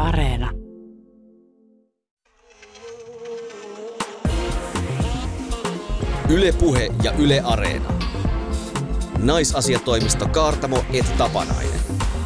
Areena. Yle Puhe ja Yle Areena. Naisasiatoimisto Kaartamo et Tapanainen.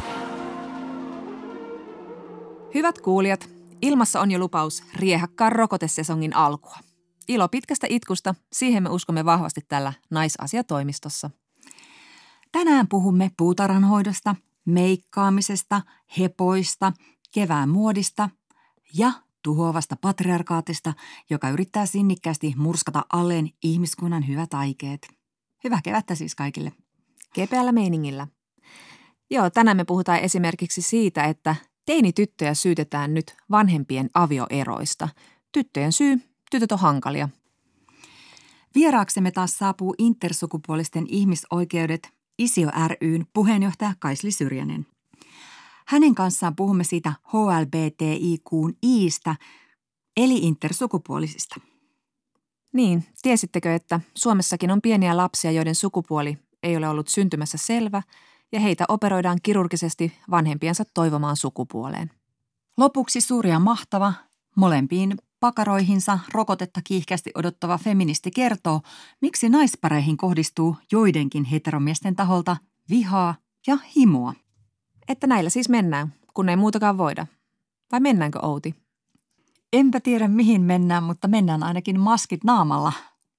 Hyvät kuulijat, ilmassa on jo lupaus riehakkaan rokotesesongin alkua. Ilo pitkästä itkusta, siihen me uskomme vahvasti tällä naisasiatoimistossa. Tänään puhumme puutarhanhoidosta, meikkaamisesta, hepoista, kevään muodista ja tuhoavasta patriarkaatista, joka yrittää sinnikkäästi murskata alleen ihmiskunnan hyvät aikeet. Hyvää kevättä siis kaikille. Kepeällä meiningillä. Joo, tänään me puhutaan esimerkiksi siitä, että teinityttöjä syytetään nyt vanhempien avioeroista. Tyttöjen syy, tytöt on hankalia. Vieraaksemme taas saapuu intersukupuolisten ihmisoikeudet ISIO ry:n puheenjohtaja Kaisli Syrjänen. Hänen kanssaan puhumme siitä HLBTIQ:n I:stä, eli intersukupuolisista. Niin, tiesittekö, että Suomessakin on pieniä lapsia, joiden sukupuoli ei ole ollut syntymässä selvä, ja heitä operoidaan kirurgisesti vanhempiensa toivomaan sukupuoleen. Lopuksi suuri ja mahtava, molempiin pakaroihinsa rokotetta kiihkeästi odottava feministi kertoo, miksi naispareihin kohdistuu joidenkin heteromiesten taholta vihaa ja himoa. Että näillä siis mennään, kun ei muutakaan voida. Vai mennäänkö, Outi? Enpä tiedä mihin mennään, mutta mennään ainakin maskit naamalla.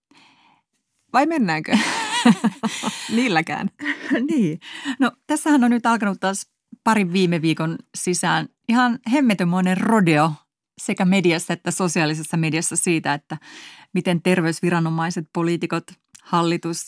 Vai mennäänkö? Niilläkään. Niin. No tässähän on nyt alkanut taas parin viime viikon sisään ihan hemmetönmoinen rodeo sekä mediassa että sosiaalisessa mediassa siitä, että miten terveysviranomaiset, poliitikot, hallitus,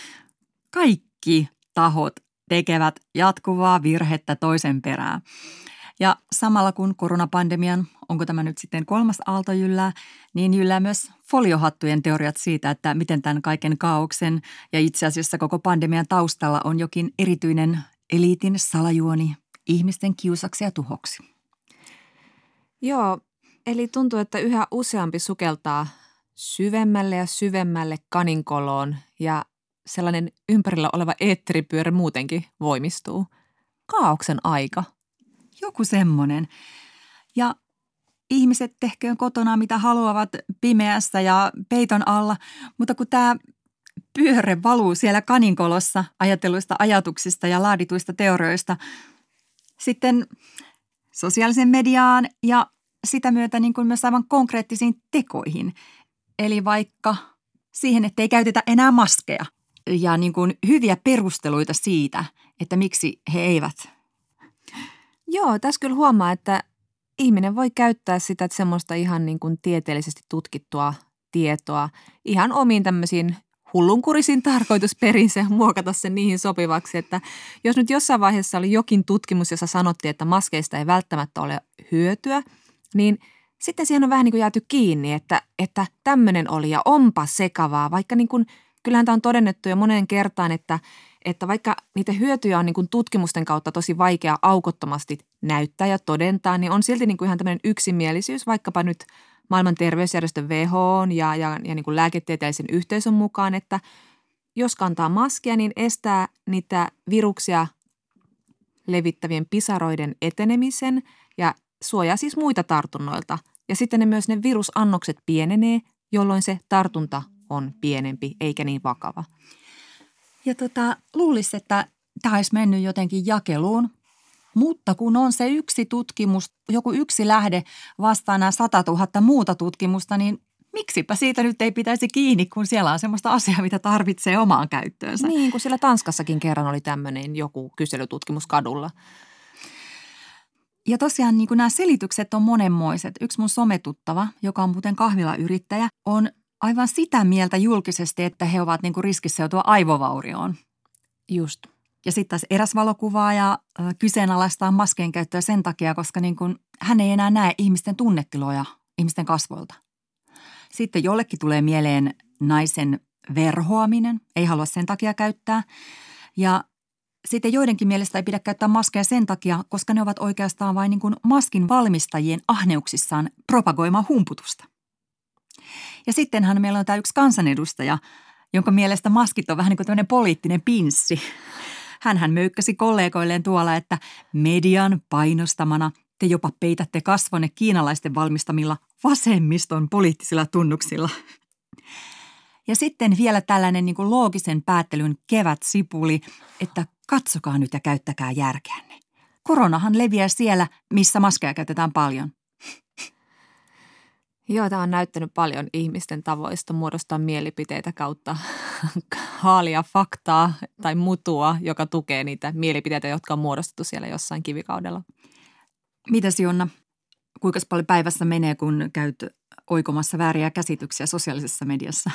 kaikki tahot tekevät jatkuvaa virhettä toisen perään. Ja samalla kun koronapandemian, onko tämä nyt sitten kolmas aalto jyllää, niin jyllää myös foliohattujen teoriat siitä, että miten tämän kaiken kaaoksen ja itse asiassa koko pandemian taustalla on jokin erityinen eliitin salajuoni ihmisten kiusaksi ja tuhoksi. Joo, eli tuntuu, että yhä useampi sukeltaa syvemmälle ja syvemmälle kaninkoloon ja sellainen ympärillä oleva eetteripyörä muutenkin voimistuu. Kaaoksen aika. Joku semmoinen. Ja ihmiset tehköön kotona mitä haluavat pimeässä ja peiton alla, mutta kun tämä pyörre valuu siellä kaninkolossa ajatelluista ajatuksista ja laadituista teorioista sitten sosiaalisen mediaan ja sitä myötä niin kuin myös aivan konkreettisiin tekoihin. Eli vaikka siihen, että ei käytetä enää maskeja ja niin kuin hyviä perusteluita siitä, että miksi he eivät. Joo, tässä kyllä huomaa, että ihminen voi käyttää sitä semmoista ihan niin kuin tieteellisesti tutkittua tietoa ihan omiin tämmöisiin hullunkurisiin tarkoitusperinsä ja muokata sen niihin sopivaksi, että jos nyt jossain vaiheessa oli jokin tutkimus, jossa sanottiin, että maskeista ei välttämättä ole hyötyä, niin sitten siihen on vähän niin kuin jääty kiinni, että tämmöinen oli ja onpa sekavaa, vaikka niin kuin, kyllähän tämä on todennettu jo moneen kertaan, että vaikka niitä hyötyjä on niin kuin tutkimusten kautta tosi vaikea aukottomasti näyttää ja todentaa, niin on silti niin kuin ihan tämmöinen yksimielisyys, vaikkapa nyt maailman terveysjärjestön WHO:n ja niin kuin lääketieteellisen yhteisön mukaan, että jos kantaa maskia, niin estää niitä viruksia levittävien pisaroiden etenemisen ja suojaa siis muita tartunnoilta. Ja sitten ne virusannokset pienenee, jolloin se tartunta on pienempi eikä niin vakava. Ja luulisi, että tämä olisi mennyt jotenkin jakeluun, mutta kun on se yksi tutkimus, joku yksi lähde vastaan nämä 100 000 muuta tutkimusta, niin miksipä siitä nyt ei pitäisi kiinni, kun siellä on semmoista asiaa, mitä tarvitsee omaan käyttöönsä. Niin, kun siellä Tanskassakin kerran oli tämmöinen joku kyselytutkimus kadulla. Ja tosiaan niin kuin nämä selitykset on monenmoiset. Yksi mun sometuttava, joka on muuten kahvilayrittäjä, on aivan sitä mieltä julkisesti, että he ovat niin kuin riskissä joutua aivovaurioon. Just. Ja sitten taas eräs valokuvaaja kyseenalaistaa maskien käyttöä sen takia, koska niin kuin hän ei enää näe ihmisten tunnetiloja ihmisten kasvoilta. Sitten jollekin tulee mieleen naisen verhoaminen, ei halua sen takia käyttää. Ja sitten joidenkin mielestä ei pidä käyttää maskeja sen takia, koska ne ovat oikeastaan vain niin kuin maskin valmistajien ahneuksissaan propagoimaa humputusta. Ja sittenhän meillä on tämä yksi kansanedustaja, jonka mielestä maskit on vähän niin kuin tämmöinen poliittinen pinssi. Hänhän möykkäsi kollegoilleen tuolla, että median painostamana Te jopa peitätte kasvonne kiinalaisten valmistamilla vasemmiston poliittisilla tunnuksilla. Ja sitten vielä tällainen niin kuin loogisen päättelyn kevätsipuli, että katsokaa nyt ja käyttäkää järkeänne. Koronahan leviää siellä, missä maskeja käytetään paljon. Joo, tämä on näyttänyt paljon ihmisten tavoista muodostaa mielipiteitä kautta haalia faktaa tai mutua, joka tukee niitä mielipiteitä, jotka on muodostettu siellä jossain kivikaudella. Mitäs Jonna, kuinka paljon päivässä menee, kun käyt oikomassa vääriä käsityksiä sosiaalisessa mediassa?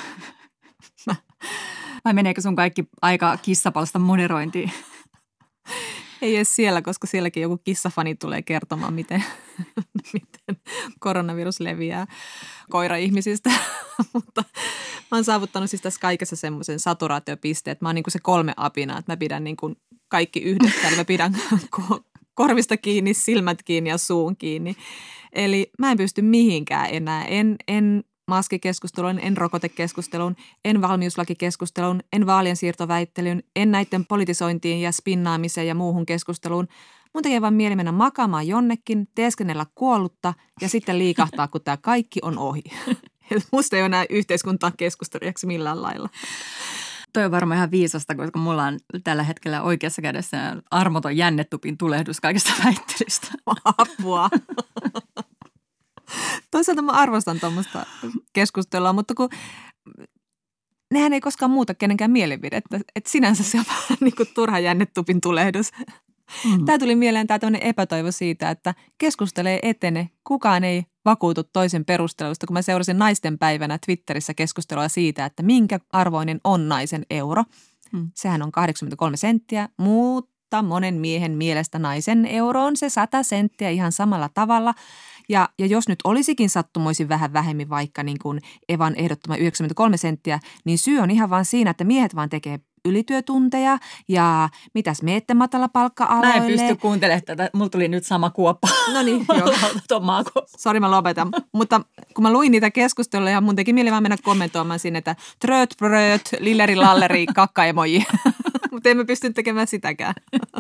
Vai meneekö sun kaikki aika kissapalstan moderointiin? Ei edes siellä, koska sielläkin joku kissafani tulee kertomaan, miten koronavirus leviää koira-ihmisistä. Mutta mä oon saavuttanut siis tässä kaikessa semmoisen saturaatiopisteen, että mä oon niin kuin se 3 apina, että mä pidän niin kuin kaikki yhdessä. Eli mä pidän korvista kiinni, silmät kiinni ja suun kiinni. Eli mä en pysty mihinkään enää. En maskikeskusteluun, en rokotekeskusteluun, en valmiuslakikeskusteluun, en vaalien siirtoväittelyyn, en näiden politisointiin ja spinnaamiseen ja muuhun keskusteluun. Mun tekee vaan mieli mennä makaamaan jonnekin, teeskennellä kuollutta ja sitten liikahtaa, kun tämä kaikki on ohi. Musta ei ole enää yhteiskuntaa keskustelijaksi millään lailla. Toi on varmaan ihan viisasta, koska mulla on tällä hetkellä oikeassa kädessä armoton jännetupin tulehdus kaikesta väittelystä. Apua. Toisaalta mä arvostan tuommoista keskustelua, mutta kun nehän ei koskaan muuta kenenkään mielipidettä. Että sinänsä se on vähän niin kuin turha jännetupin tulehdus. Tämä tuli mieleen tämä tämmöinen epätoivo siitä, että keskustelee etene. Kukaan ei vakuutu toisen perustelusta, kun mä seurasin naisten päivänä Twitterissä keskustelua siitä, että minkä arvoinen on naisen euro. Sehän on 83 senttiä, mutta monen miehen mielestä naisen euro on se 100 senttiä ihan samalla tavalla. Ja jos nyt olisikin sattumoisin vähän vähemmän vaikka niin kuin Evan ehdottama 93 senttiä, niin syy on ihan vaan siinä, että miehet vaan tekee ylityötunteja ja mitäs menette matala palkka-aloille. Mä en pysty kuuntelemaan tätä. Mulla tuli nyt sama kuoppa. No niin, joo. Sori, mä lopetan. Mutta kun mä luin niitä keskusteluja, mun teki mieli vaan mennä kommentoimaan sinne, että tröt, bröt, lilleri, lalleri, kakkaemoji. Mutta emme pysty tekemään sitäkään.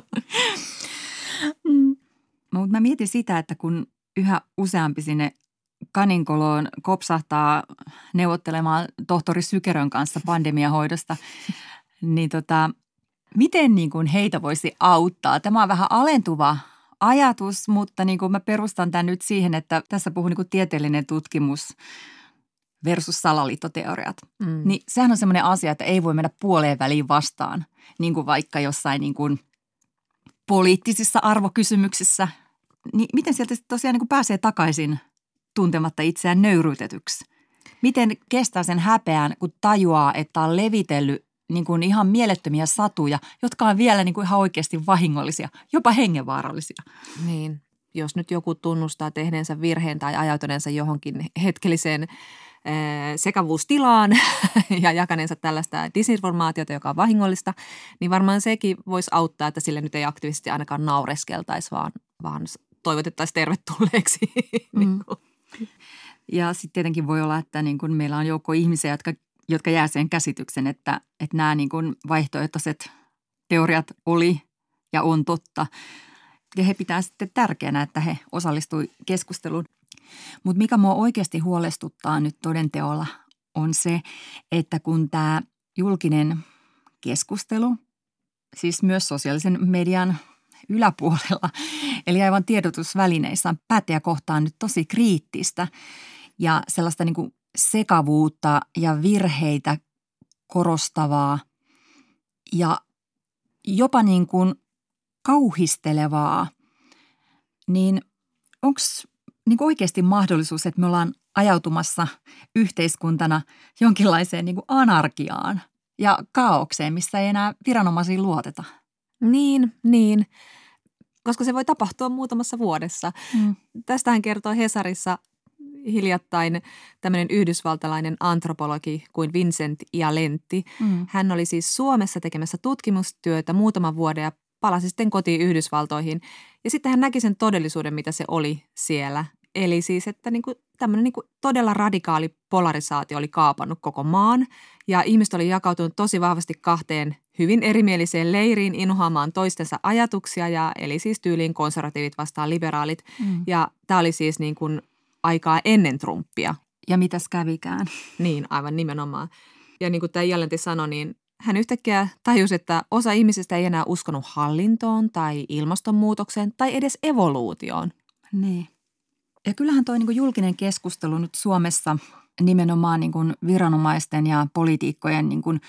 Mutta mä mietin sitä, että kun yhä useampi sinne kaninkoloon kopsahtaa neuvottelemaan tohtori Sykerön kanssa pandemiahoidosta, niin miten niin kuin heitä voisi auttaa? Tämä on vähän alentuva ajatus, mutta niin kuin mä perustan tämän nyt siihen, että tässä puhuu niin kuin tieteellinen tutkimus versus salaliittoteoriat. Niin sehän on semmoinen asia, että ei voi mennä puoleen väliin vastaan, niin kuin vaikka jossain niin kuin poliittisissa arvokysymyksissä. Niin miten sieltä tosiaan niin kuin pääsee takaisin tuntematta itseään nöyryytetyksi? Miten kestää sen häpeän, kun tajuaa, että on levitellyt niin kuin ihan mielettömiä satuja, jotka on vielä niin kuin ihan oikeasti vahingollisia, jopa hengenvaarallisia? Niin, jos nyt joku tunnustaa tehneensä virheen tai ajautuneensa johonkin hetkelliseen sekavuustilaan ja jakaneensa tällaista disinformaatiota, joka on vahingollista, niin varmaan sekin voisi auttaa, että sille nyt ei aktiivisesti ainakaan naureskeltaisi, vaan toivotettaisiin tervetulleeksi. Ja sitten tietenkin voi olla, että niin kun meillä on joukko ihmisiä, jotka jää sen käsityksen, että nämä niin kun vaihtoehtoiset teoriat oli ja on totta. Ja he pitää sitten tärkeänä, että he osallistui keskusteluun. Mutta mikä mua oikeasti huolestuttaa nyt todenteolla on se, että kun tämä julkinen keskustelu, siis myös sosiaalisen median yläpuolella, eli aivan tiedotusvälineissä on päättäjä kohtaan nyt tosi kriittistä ja sellaista niin kuin sekavuutta ja virheitä korostavaa ja jopa niin kuin kauhistelevaa, niin onko niin kuin oikeasti mahdollisuus, että me ollaan ajautumassa yhteiskuntana jonkinlaiseen niin kuin anarkiaan ja kaaukseen, missä ei enää viranomaisiin luoteta? Niin, koska se voi tapahtua muutamassa vuodessa. Tästähän kertoo Hesarissa hiljattain tämmöinen yhdysvaltalainen antropologi kuin Vincent Ialentti. Hän oli siis Suomessa tekemässä tutkimustyötä muutaman vuoden ja palasi sitten kotiin Yhdysvaltoihin. Ja sitten hän näki sen todellisuuden, mitä se oli siellä. Eli siis, että tämmöinen todella radikaali polarisaatio oli kaapannut koko maan ja ihmiset oli jakautunut tosi vahvasti kahteen hyvin erimieliseen leiriin inhoamaan toistensa ajatuksia ja eli siis tyyliin konservatiivit vastaan liberaalit. Ja tämä oli siis niin kuin aikaa ennen Trumpia. Ja mitäs kävikään? Niin, aivan nimenomaan. Ja niin kuin tämä Jalenti sanoi, niin hän yhtäkkiä tajusi, että osa ihmisistä ei enää uskonut hallintoon tai ilmastonmuutokseen tai edes evoluutioon. Niin. Ja kyllähän tuo niin kuin julkinen keskustelu nyt Suomessa nimenomaan niin kuin viranomaisten ja poliitikkojen niin kuin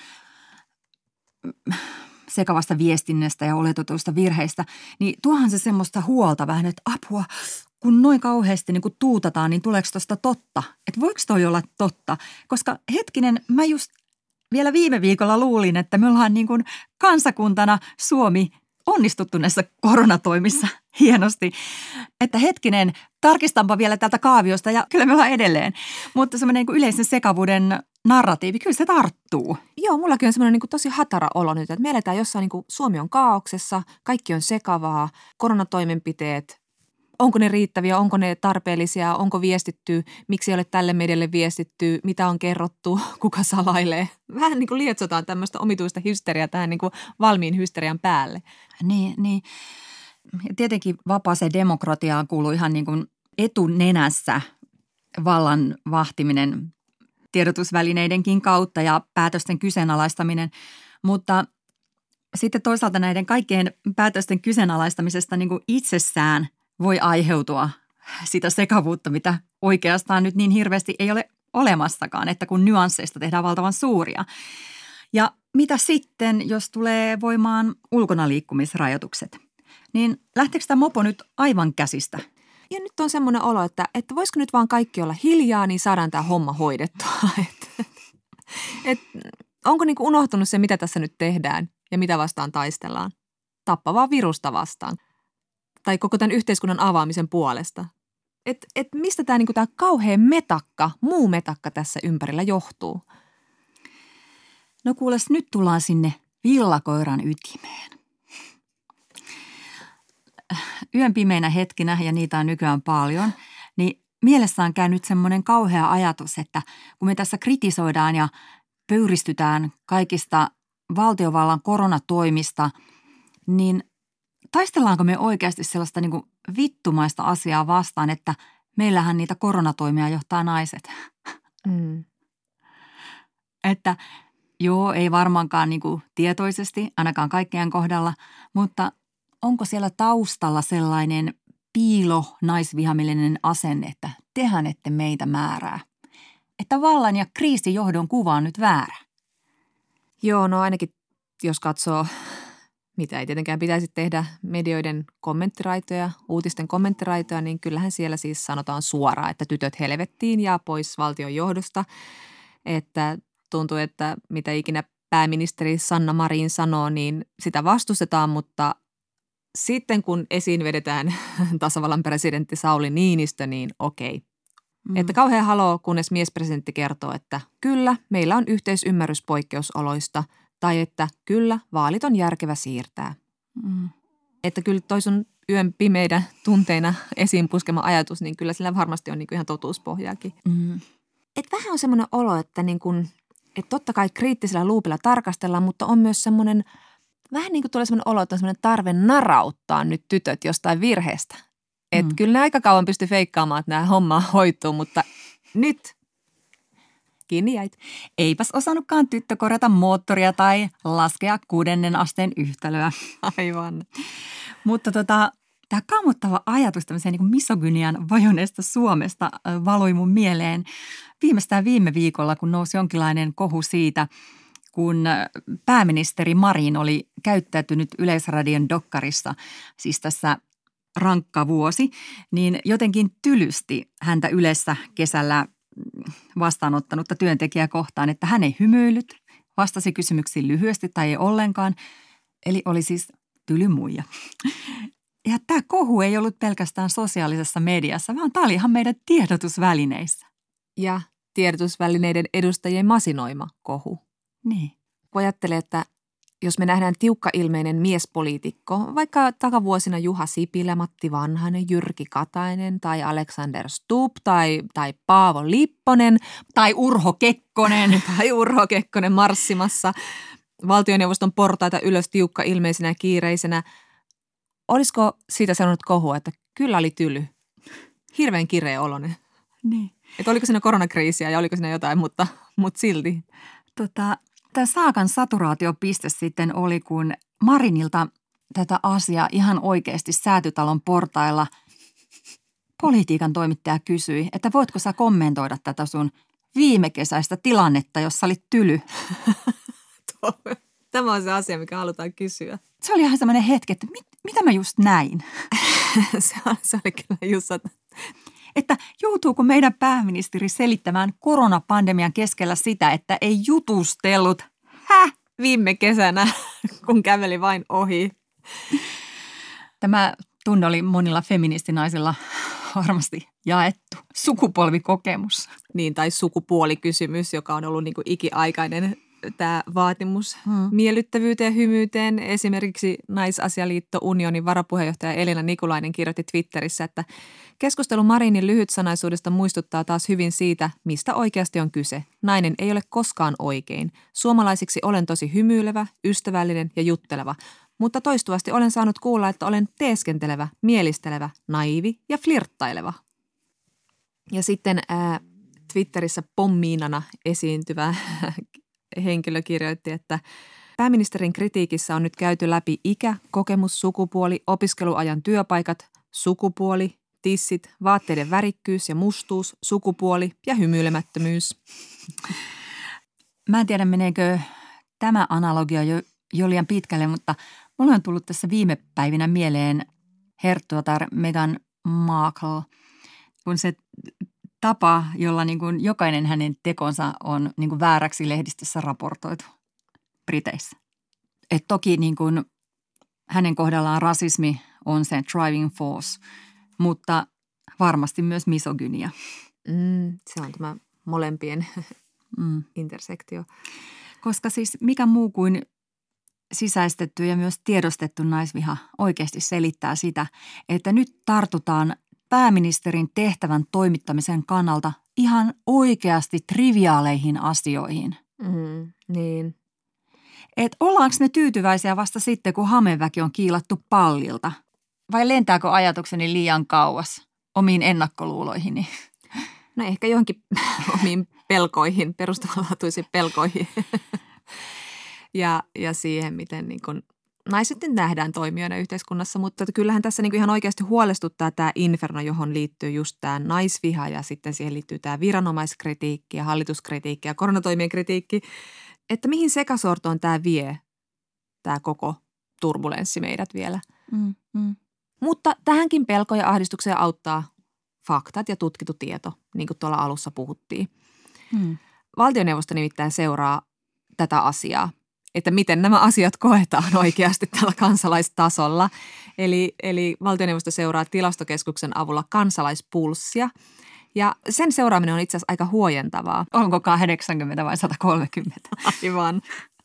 sekavasta viestinnästä ja oletetuista virheistä, niin tuohan se semmoista huolta vähän, että apua, kun noin kauheasti niin kuin tuutataan, niin tuleeko tuosta totta? Että voiko toi olla totta? Koska hetkinen, mä just vielä viime viikolla luulin, että me ollaan niin kuin kansakuntana Suomi onnistuttu näissä koronatoimissa hienosti. Että hetkinen, tarkistanpa vielä tältä kaaviosta ja kyllä me ollaan edelleen. Mutta semmoinen niin kuin yleisen sekavuuden narratiivi, kyllä se tarttuu. Joo, mullakin on semmoinen niin kuin tosi hatara olo nyt, että me eletään jossain niin kuin Suomi on kaauksessa, kaikki on sekavaa, koronatoimenpiteet, onko ne riittäviä, onko ne tarpeellisia, onko viestitty, miksi ei ole tälle medialle viestitty, mitä on kerrottu, kuka salailee. Vähän niin kuin lietsotaan tämmöistä omituista hysteriaa tähän niin kuin valmiin hysterian päälle. Niin. Ja tietenkin vapaaseen demokratiaan kuuluu ihan niin kuin etunenässä vallan vahtiminen tiedotusvälineidenkin kautta ja päätösten kyseenalaistaminen, mutta sitten toisaalta näiden kaikkien päätösten kyseenalaistamisesta niin kuin itsessään voi aiheutua sitä sekavuutta, mitä oikeastaan nyt niin hirveästi ei ole olemassakaan, että kun nyansseista tehdään valtavan suuria. Ja mitä sitten, jos tulee voimaan ulkonaliikkumisrajoitukset? Niin lähteekö tämä mopo nyt aivan käsistä? Ja nyt on semmoinen olo, että voisiko nyt vaan kaikki olla hiljaa, niin saadaan tämä homma hoidettua. Onko niin kuin unohtunut se, mitä tässä nyt tehdään ja mitä vastaan taistellaan? Tappavaa virusta vastaan. Tai koko tämän yhteiskunnan avaamisen puolesta. Mistä tämä, tämä kauhea metakka, muu metakka tässä ympärillä johtuu? No kuules, nyt tullaan sinne villakoiran ytimeen. Yön pimeinä hetkinä, ja niitä on nykyään paljon, niin mielessä on käynyt semmoinen kauhea ajatus, että kun me tässä kritisoidaan ja pöyristytään kaikista valtiovallan koronatoimista, niin taistellaanko me oikeasti sellaista niin kuin vittumaista asiaa vastaan, että meillähän niitä koronatoimia johtaa naiset? Että joo, ei varmaankaan niin kuin tietoisesti, ainakaan kaikkien kohdalla, mutta onko siellä taustalla sellainen piilo naisvihamillinen asenne, että tehän ette meitä määrää? Että vallan ja kriisijohdon kuva on nyt väärä. Joo, no ainakin jos katsoo, mitä ei tietenkään pitäisi tehdä, medioiden kommenttiraitoja, uutisten kommenttiraitoja, niin kyllähän siellä siis sanotaan suoraan, että tytöt helvettiin ja pois valtion johdosta. Että tuntuu, että mitä ikinä pääministeri Sanna Marin sanoo, niin sitä vastustetaan, mutta sitten kun esiin vedetään tasavallan presidentti Sauli Niinistö, niin okei. Että kauhean haloo, kunnes miespresidentti kertoo, että kyllä, meillä on yhteisymmärrys poikkeusoloista, tai että kyllä, vaalit on järkevä siirtää. Että kyllä toi sun yön pimeitä tunteina esiin puskema ajatus, niin kyllä sillä varmasti on niinku ihan totuuspohjaakin. Että vähän on semmoinen olo, että että totta kai kriittisellä luupilla tarkastellaan, mutta on myös semmoinen, vähän niin kuin tulee semmoinen olo, että on semmoinen tarve narauttaa nyt tytöt jostain virheestä. Että kyllä ne aika kauan pystyi feikkaamaan, että nämä homma hoituu, mutta nyt kiinni jäit. Eipäs osannutkaan tyttö korjata moottoria tai laskea 6. asteen yhtälöä. Aivan. Mutta tämä kammottava ajatus tämmöiseen niin kuin misogynian vajonneesta Suomesta valoi mun mieleen viimeistään viime viikolla, kun nousi jonkinlainen kohu siitä, kun pääministeri Marin oli käyttäytynyt Yleisradion dokkarissa, siis tässä rankka vuosi, niin jotenkin tylysti häntä Ylessä kesällä vastaanottanutta työntekijää kohtaan, että hän ei hymyillyt, vastasi kysymyksiin lyhyesti tai ei ollenkaan, eli oli siis tyly muija. Ja tämä kohu ei ollut pelkästään sosiaalisessa mediassa, vaan tämä oli ihan meidän tiedotusvälineissä. Ja tiedotusvälineiden edustajien masinoima kohu. Niin. Kun ajattelee, että jos me nähdään tiukkailmeinen miespoliitikko, vaikka takavuosina Juha Sipilä, Matti Vanhanen, Jyrki Katainen tai Alexander Stubb tai Paavo Lipponen. Tai Urho Kekkonen. Tai Urho Kekkonen marssimassa valtioneuvoston portaita ylös tiukka ilmeisenä ja kiireisenä. Olisiko siitä sanonut kohua, että kyllä oli tyly? Hirveän kireä oloinen. Niin. Että oliko siinä koronakriisiä ja oliko siinä jotain, mutta silti. Tämä Saakan saturaatiopiste sitten oli, kun Marinilta tätä asiaa ihan oikeasti Säätytalon portailla politiikan toimittaja kysyi, että voitko sä kommentoida tätä sun viime kesäistä tilannetta, jossa olit tyly? Tämä on se asia, mikä halutaan kysyä. Se oli ihan semmoinen hetki, että mitä mä just näin? se oli kyllä just, että joutuuko meidän pääministeri selittämään koronapandemian keskellä sitä, että ei jutustellut viime kesänä, kun käveli vain ohi. Tämä tunne oli monilla feministinaisilla varmasti jaettu sukupolvikokemus. Niin, tai sukupuolikysymys, joka on ollut niin kuin ikiaikainen tämä vaatimus miellyttävyyteen ja hymyyteen. Esimerkiksi Naisasialiitto Unionin varapuheenjohtaja Elina Nikulainen kirjoitti Twitterissä, että keskustelu Marinin lyhytsanaisuudesta muistuttaa taas hyvin siitä, mistä oikeasti on kyse. Nainen ei ole koskaan oikein. Suomalaisiksi olen tosi hymyilevä, ystävällinen ja jutteleva, mutta toistuvasti olen saanut kuulla, että olen teeskentelevä, mielistelevä, naivi ja flirttaileva. Ja sitten Twitterissä pommiinana esiintyvä henkilö kirjoitti, että pääministerin kritiikissä on nyt käyty läpi ikä, kokemus, sukupuoli, opiskeluajan työpaikat, sukupuoli, tissit, vaatteiden värikkyys ja mustuus, sukupuoli ja hymyilemättömyys. Mä en tiedä, meneekö tämä analogia jo liian pitkälle, mutta mulle on tullut tässä viime päivinä mieleen herttuatar Meghan Markle, kun se tapa, jolla niin kuin jokainen hänen tekonsa on niin kuin vääräksi lehdistössä raportoitu Briteissä. Et toki niin kuin hänen kohdallaan rasismi on se driving force, mutta varmasti myös misogynia. Se on tämä molempien intersektio. Koska siis mikä muu kuin sisäistetty ja myös tiedostettu naisviha oikeasti selittää sitä, että nyt tartutaan pääministerin tehtävän toimittamisen kannalta ihan oikeasti triviaaleihin asioihin. Niin. Et ollaanko ne tyytyväisiä vasta sitten, kun hameväki on kiilattu pallilta? Vai lentääkö ajatukseni liian kauas omiin ennakkoluuloihini? No ehkä johonkin omiin pelkoihin, perustavanlaatuisiin pelkoihin. ja siihen, miten niin kun naiset nyt nähdään toimijoina yhteiskunnassa, mutta kyllähän tässä niin kuin ihan oikeasti huolestuttaa tämä inferno, johon liittyy just tämä naisviha ja sitten siihen liittyy tämä viranomaiskritiikki ja hallituskritiikki ja koronatoimien kritiikki, että mihin sekasortoon tämä vie, tämä koko turbulenssi meidät vielä. Mutta tähänkin pelko ja ahdistukseen auttaa faktat ja tutkittu tieto, niin kuin tuolla alussa puhuttiin. Valtioneuvosto nimittäin seuraa tätä asiaa, että miten nämä asiat koetaan oikeasti tällä kansalaistasolla. Eli valtioneuvosto seuraa Tilastokeskuksen avulla kansalaispulssia ja sen seuraaminen on itse asiassa aika huojentavaa. Onko 80 vai 130? Aivan.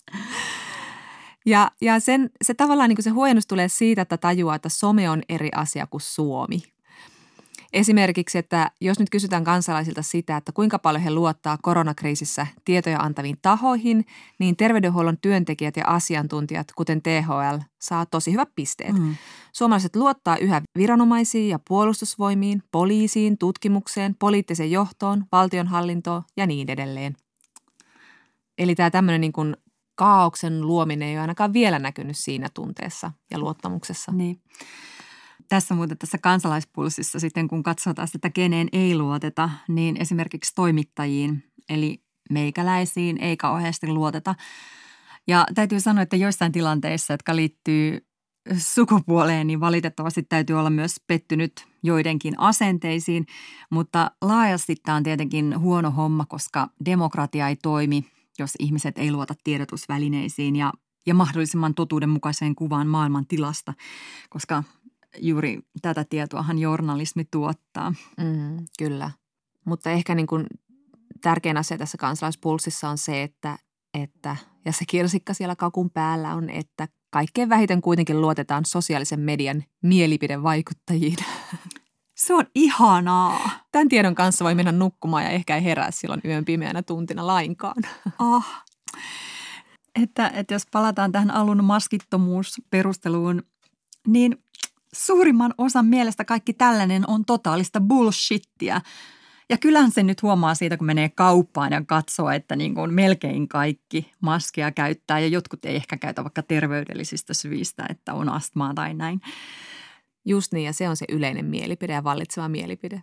Ja se tavallaan niin kuin se huojennus tulee siitä, että tajuaa, että some on eri asia kuin Suomi. Esimerkiksi, että jos nyt kysytään kansalaisilta sitä, että kuinka paljon he luottaa koronakriisissä tietoja antaviin tahoihin, niin terveydenhuollon työntekijät ja asiantuntijat, kuten THL, saa tosi hyvät pisteet. Suomalaiset luottaa yhä viranomaisiin ja puolustusvoimiin, poliisiin, tutkimukseen, poliittiseen johtoon, valtionhallintoon ja niin edelleen. Eli tämä tämmöinen niin kuin kaaoksen luominen ei ole ainakaan vielä näkynyt siinä tunteessa ja luottamuksessa. Niin. Tässä kansalaispulssissa sitten, kun katsotaan sitä, keneen ei luoteta, niin esimerkiksi toimittajiin, eli meikäläisiin ei kauheasti luoteta. Ja täytyy sanoa, että joissain tilanteissa, jotka liittyy sukupuoleen, niin valitettavasti täytyy olla myös pettynyt joidenkin asenteisiin. Mutta laajasti tämä on tietenkin huono homma, koska demokratia ei toimi, jos ihmiset ei luota tiedotusvälineisiin ja mahdollisimman totuudenmukaiseen kuvaan maailman tilasta, koska juuri tätä tietoahan journalismi tuottaa. Kyllä, mutta ehkä niin kuin tärkein asia tässä kansalaispulssissa on se, että ja se kirsikka siellä kakun päällä on, että kaikkein vähiten kuitenkin luotetaan sosiaalisen median mielipidevaikuttajiin. Se on ihanaa. Tämän tiedon kanssa voi mennä nukkumaan ja ehkä ei herää silloin yön pimeänä tuntina lainkaan. Että jos palataan tähän alun maskittomuusperusteluun, niin suurimman osan mielestä kaikki tällainen on totaalista bullshittia. Ja kyllähän se nyt huomaa siitä, kun menee kauppaan ja katsoo, että niin kuin melkein kaikki maskia käyttää ja jotkut ei ehkä käytä vaikka terveydellisistä syistä, että on astmaa tai näin. Just niin, ja se on se yleinen mielipide ja vallitseva mielipide.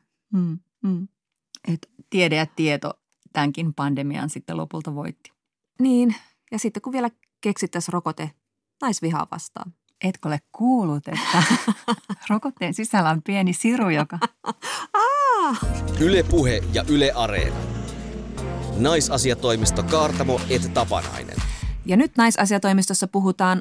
Et tiede ja tieto tämänkin pandemian sitten lopulta voitti. Niin, ja sitten kun vielä keksittäisiin rokote naisvihaa vastaan. Etkö ole kuullut, että rokotteen sisällä on pieni siru, joka... Yle Puhe ja Yle Areena. Naisasiatoimisto Kaartamo et Tapanainen. Ja nyt naisasiatoimistossa puhutaan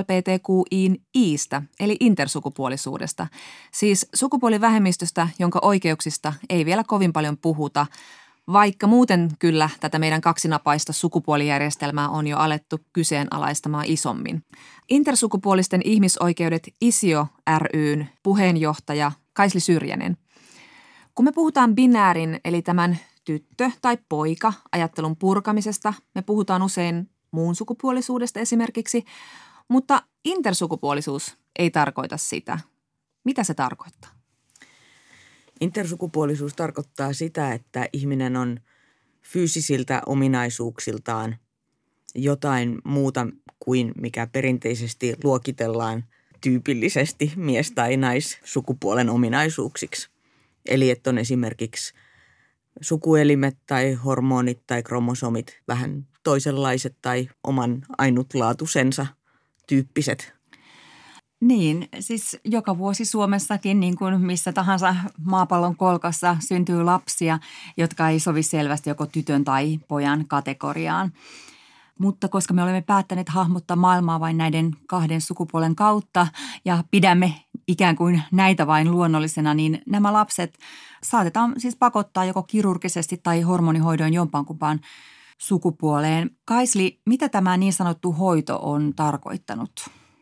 HLBTQI:stä, eli intersukupuolisuudesta. Siis sukupuolivähemmistöstä, jonka oikeuksista ei vielä kovin paljon puhuta, vaikka muuten kyllä tätä meidän kaksinapaista sukupuolijärjestelmää on jo alettu kyseenalaistamaan isommin. Intersukupuolisten ihmisoikeudet ISIO ry:n puheenjohtaja Kaisli Syrjänen. Kun me puhutaan binäärin, eli tämän tyttö- tai poika-ajattelun purkamisesta, me puhutaan usein muun sukupuolisuudesta esimerkiksi, mutta intersukupuolisuus ei tarkoita sitä. Mitä se tarkoittaa? Intersukupuolisuus tarkoittaa sitä, että ihminen on fyysisiltä ominaisuuksiltaan jotain muuta kuin mikä perinteisesti luokitellaan tyypillisesti mies- tai naissukupuolen ominaisuuksiksi. Eli että on esimerkiksi sukuelimet tai hormonit tai kromosomit vähän toisenlaiset tai oman ainutlaatuisensa tyyppiset. Niin, siis joka vuosi Suomessakin, niin kuin missä tahansa maapallon kolkassa syntyy lapsia, jotka ei sovi selvästi joko tytön tai pojan kategoriaan. Mutta koska me olemme päättäneet hahmottaa maailmaa vain näiden kahden sukupuolen kautta ja pidämme ikään kuin näitä vain luonnollisena, niin nämä lapset saatetaan siis pakottaa joko kirurgisesti tai hormonihoidoin jompaankumpaan sukupuoleen. Kaisli, mitä tämä niin sanottu hoito on tarkoittanut?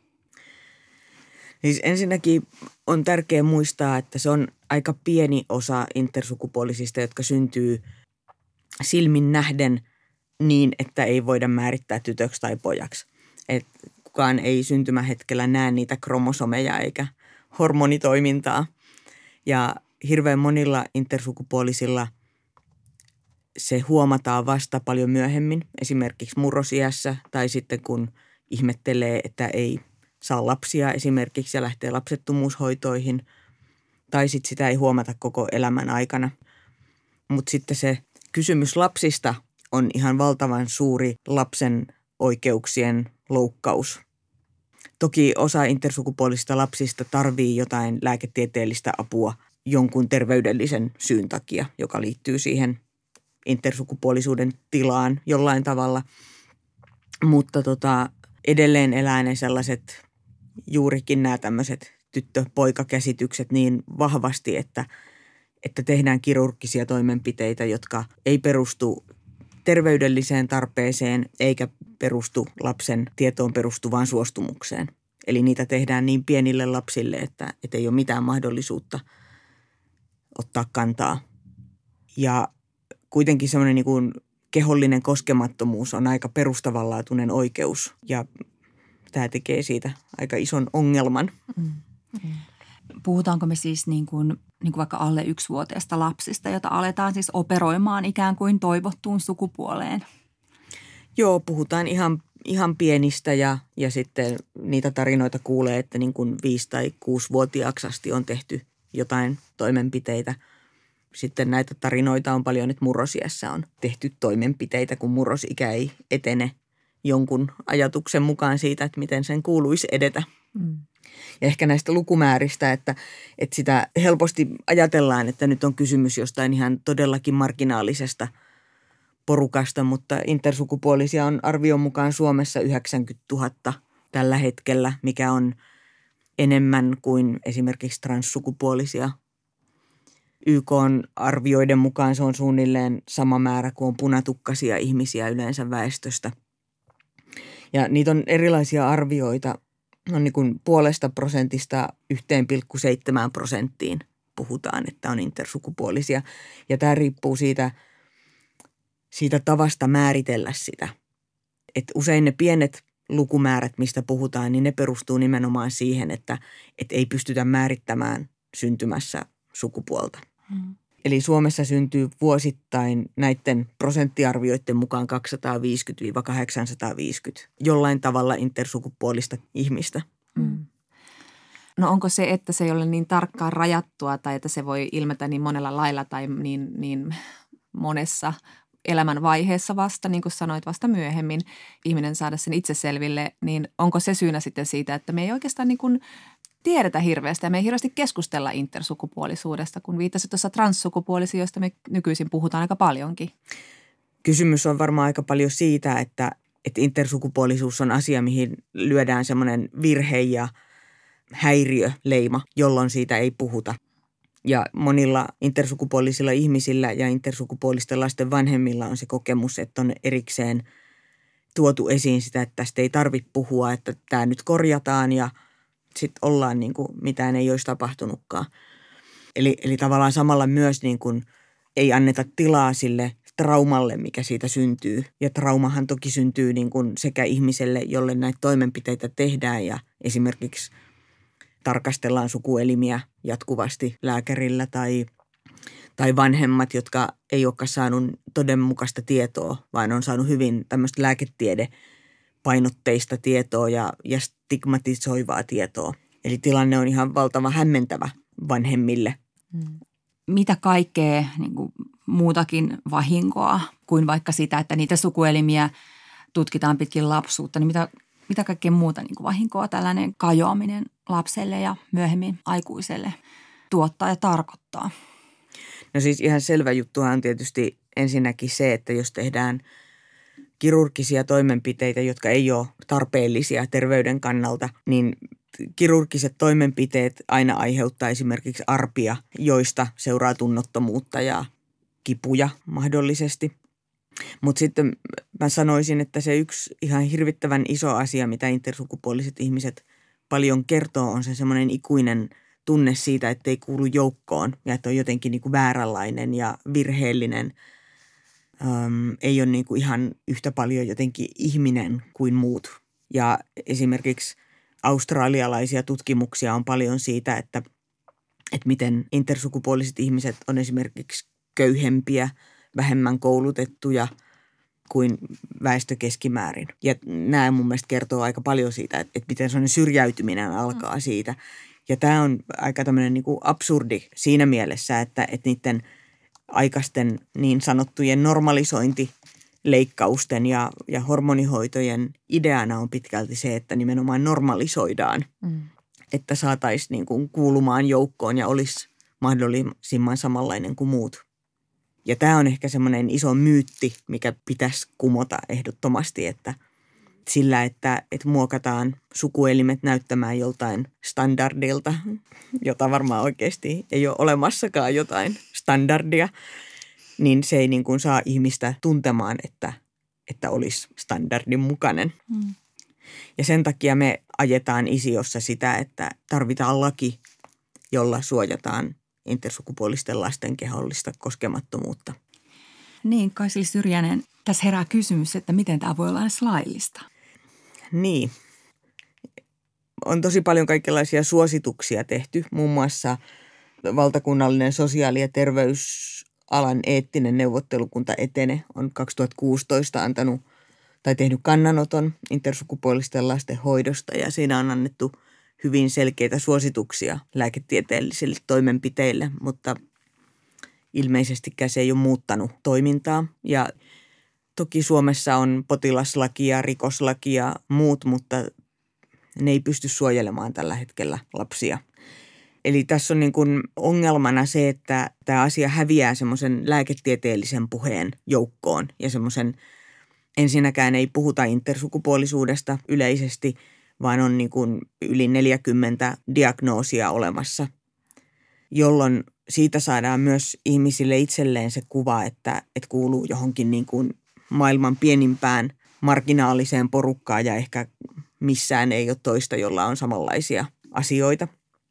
Siis ensinnäkin on tärkeää muistaa, että se on aika pieni osa intersukupuolisista, jotka syntyy silmin nähden niin, että ei voida määrittää tytöksi tai pojaksi. Et kukaan ei syntymähetkellä näe niitä kromosomeja eikä hormonitoimintaa. Ja hirveän monilla intersukupuolisilla se huomataan vasta paljon myöhemmin, esimerkiksi murrosiässä tai sitten kun ihmettelee, että ei saa lapsia esimerkiksi ja lähtee lapsettomuushoitoihin tai sitten sitä ei huomata koko elämän aikana. Mutta sitten se kysymys lapsista on ihan valtavan suuri lapsen oikeuksien loukkaus. Toki osa intersukupuolisista lapsista tarvii jotain lääketieteellistä apua jonkun terveydellisen syyn takia, joka liittyy siihen intersukupuolisuuden tilaan jollain tavalla. Mutta edelleen elää ne sellaiset juurikin nämä tämmöiset tyttö-poika-käsitykset niin vahvasti, että tehdään kirurgisia toimenpiteitä, jotka ei perustu terveydelliseen tarpeeseen eikä perustu lapsen tietoon perustuvaan suostumukseen. Eli niitä tehdään niin pienille lapsille, että ei ole mitään mahdollisuutta ottaa kantaa. Ja kuitenkin semmoinen niin kuin kehollinen koskemattomuus on aika perustavanlaatuinen oikeus ja tämä tekee siitä aika ison ongelman. Puhutaanko me siis niin kuin vaikka alle 1-vuotiaista lapsista, jota aletaan siis operoimaan ikään kuin toivottuun sukupuoleen? Joo, puhutaan ihan pienistä ja sitten niitä tarinoita kuulee, että niin kuin 5- tai 6-vuotiaaksi asti on tehty jotain toimenpiteitä. Sitten näitä tarinoita on paljon, että murrosiässä on tehty toimenpiteitä, kun murrosikä ei etene jonkun ajatuksen mukaan siitä, että miten sen kuuluisi edetä. Ja ehkä näistä lukumääristä, että sitä helposti ajatellaan, että nyt on kysymys jostain ihan todellakin marginaalisesta porukasta, mutta intersukupuolisia on arvion mukaan Suomessa 90 000 tällä hetkellä, mikä on enemmän kuin esimerkiksi transsukupuolisia. YK:n arvioiden mukaan se on suunnilleen sama määrä kuin on punatukkaisia ihmisiä yleensä väestöstä. Ja niitä on erilaisia arvioita. On niin kuin 0,5% 1,7% puhutaan, että on intersukupuolisia. Ja tämä riippuu siitä tavasta määritellä sitä. Että usein ne pienet lukumäärät, mistä puhutaan, niin ne perustuu nimenomaan siihen, että ei pystytä määrittämään syntymässä sukupuolta. Eli Suomessa syntyy vuosittain näiden prosenttiarvioiden mukaan 250-850 jollain tavalla intersukupuolista ihmistä. No onko se, että se ei ole niin tarkkaan rajattua tai että se voi ilmetä niin monella lailla tai niin monessa elämänvaiheessa vasta, niin kuin sanoit, vasta myöhemmin ihminen saada sen itse selville, niin onko se syynä sitten siitä, että me ei oikeastaan niin kuin tiedetä hirveästi ja me ei hirveästi keskustella intersukupuolisuudesta, kun viittasit tuossa transsukupuolisiin, joista me nykyisin puhutaan aika paljonkin. Kysymys on varmaan aika paljon siitä, että intersukupuolisuus on asia, mihin lyödään semmoinen virhe ja häiriöleima, jolloin siitä ei puhuta. Ja monilla intersukupuolisilla ihmisillä ja intersukupuolisten lasten vanhemmilla on se kokemus, että on erikseen tuotu esiin sitä, että tästä ei tarvitse puhua, että tämä nyt korjataan ja sitten ollaan niin kuin mitään ei olisi tapahtunutkaan. Eli tavallaan samalla myös niin kuin ei anneta tilaa sille traumalle, mikä siitä syntyy. Ja traumahan toki syntyy niin kuin sekä ihmiselle, jolle näitä toimenpiteitä tehdään ja esimerkiksi tarkastellaan sukuelimiä jatkuvasti lääkärillä tai vanhemmat, jotka ei olekaan saanut todenmukaista tietoa, vaan on saanut hyvin tämmöistä lääketiedepainotteista tietoa ja stigmatisoivaa tietoa. Eli tilanne on ihan valtavan hämmentävä vanhemmille. Mitä kaikkea niin kuin muutakin vahinkoa kuin vaikka sitä, että niitä sukuelimiä tutkitaan pitkin lapsuutta, niin mitä kaikkea muuta niin kuin vahinkoa tällainen kajoaminen lapselle ja myöhemmin aikuiselle tuottaa ja tarkoittaa? No siis ihan selvä juttuhan on tietysti ensinnäkin se, että jos tehdään kirurgisia toimenpiteitä, jotka ei ole tarpeellisia terveyden kannalta, niin kirurgiset toimenpiteet aina aiheuttaa esimerkiksi arpia, joista seuraa tunnottomuutta ja kipuja mahdollisesti. Mutta sitten mä sanoisin, että se yksi ihan hirvittävän iso asia, mitä intersukupuoliset ihmiset paljon kertoo, on se semmoinen ikuinen tunne siitä, että ei kuulu joukkoon ja että on jotenkin niin kuin vääränlainen ja virheellinen. Ei ole niin kuin ihan yhtä paljon jotenkin ihminen kuin muut. Ja esimerkiksi australialaisia tutkimuksia on paljon siitä, että miten intersukupuoliset ihmiset on esimerkiksi köyhempiä, vähemmän koulutettuja kuin väestö keskimäärin. Ja nämä mun mielestä kertoo aika paljon siitä, että miten sellainen syrjäytyminen alkaa siitä. Ja tämä on aika tämmöinen niin kuin absurdi siinä mielessä, että niiden aikaisten niin sanottujen normalisointileikkausten ja hormonihoitojen ideana on pitkälti se, että nimenomaan normalisoidaan, että saataisiin niin kuin kuulumaan joukkoon ja olisi mahdollisimman samanlainen kuin muut. Ja tämä on ehkä semmoinen iso myytti, mikä pitäisi kumota ehdottomasti, että sillä, että muokataan sukuelimet näyttämään joltain standardilta, jota varmaan oikeasti ei ole olemassakaan jotain standardia, niin se ei niin kuin saa ihmistä tuntemaan, että olisi standardin mukainen. Ja sen takia me ajetaan Isiossa sitä, että tarvitaan laki, jolla suojataan intersukupuolisten lasten kehollista koskemattomuutta. Niin, Kaisli Syrjänen, tässä herää kysymys, että miten tämä voi olla edes laillista? Niin. On tosi paljon kaikenlaisia suosituksia tehty. Muun muassa valtakunnallinen sosiaali- ja terveysalan eettinen neuvottelukunta Etene on 2016 antanut tai tehnyt kannanoton intersukupuolisten lasten hoidosta ja siinä on annettu hyvin selkeitä suosituksia lääketieteellisille toimenpiteille, mutta ilmeisestikään se ei ole muuttanut toimintaa. Ja toki Suomessa on potilaslaki ja rikoslaki ja muut, mutta ne ei pysty suojelemaan tällä hetkellä lapsia. Eli tässä on niin kuin ongelmana se, että tämä asia häviää semmoisen lääketieteellisen puheen joukkoon ja semmoisen ensinnäkään ei puhuta intersukupuolisuudesta yleisesti, vaan on niin kuin yli 40 diagnoosia olemassa, jolloin siitä saadaan myös ihmisille itselleen se kuva, että kuuluu johonkin niin kuin maailman pienimpään marginaaliseen porukkaan ja ehkä missään ei ole toista, jolla on samanlaisia asioita,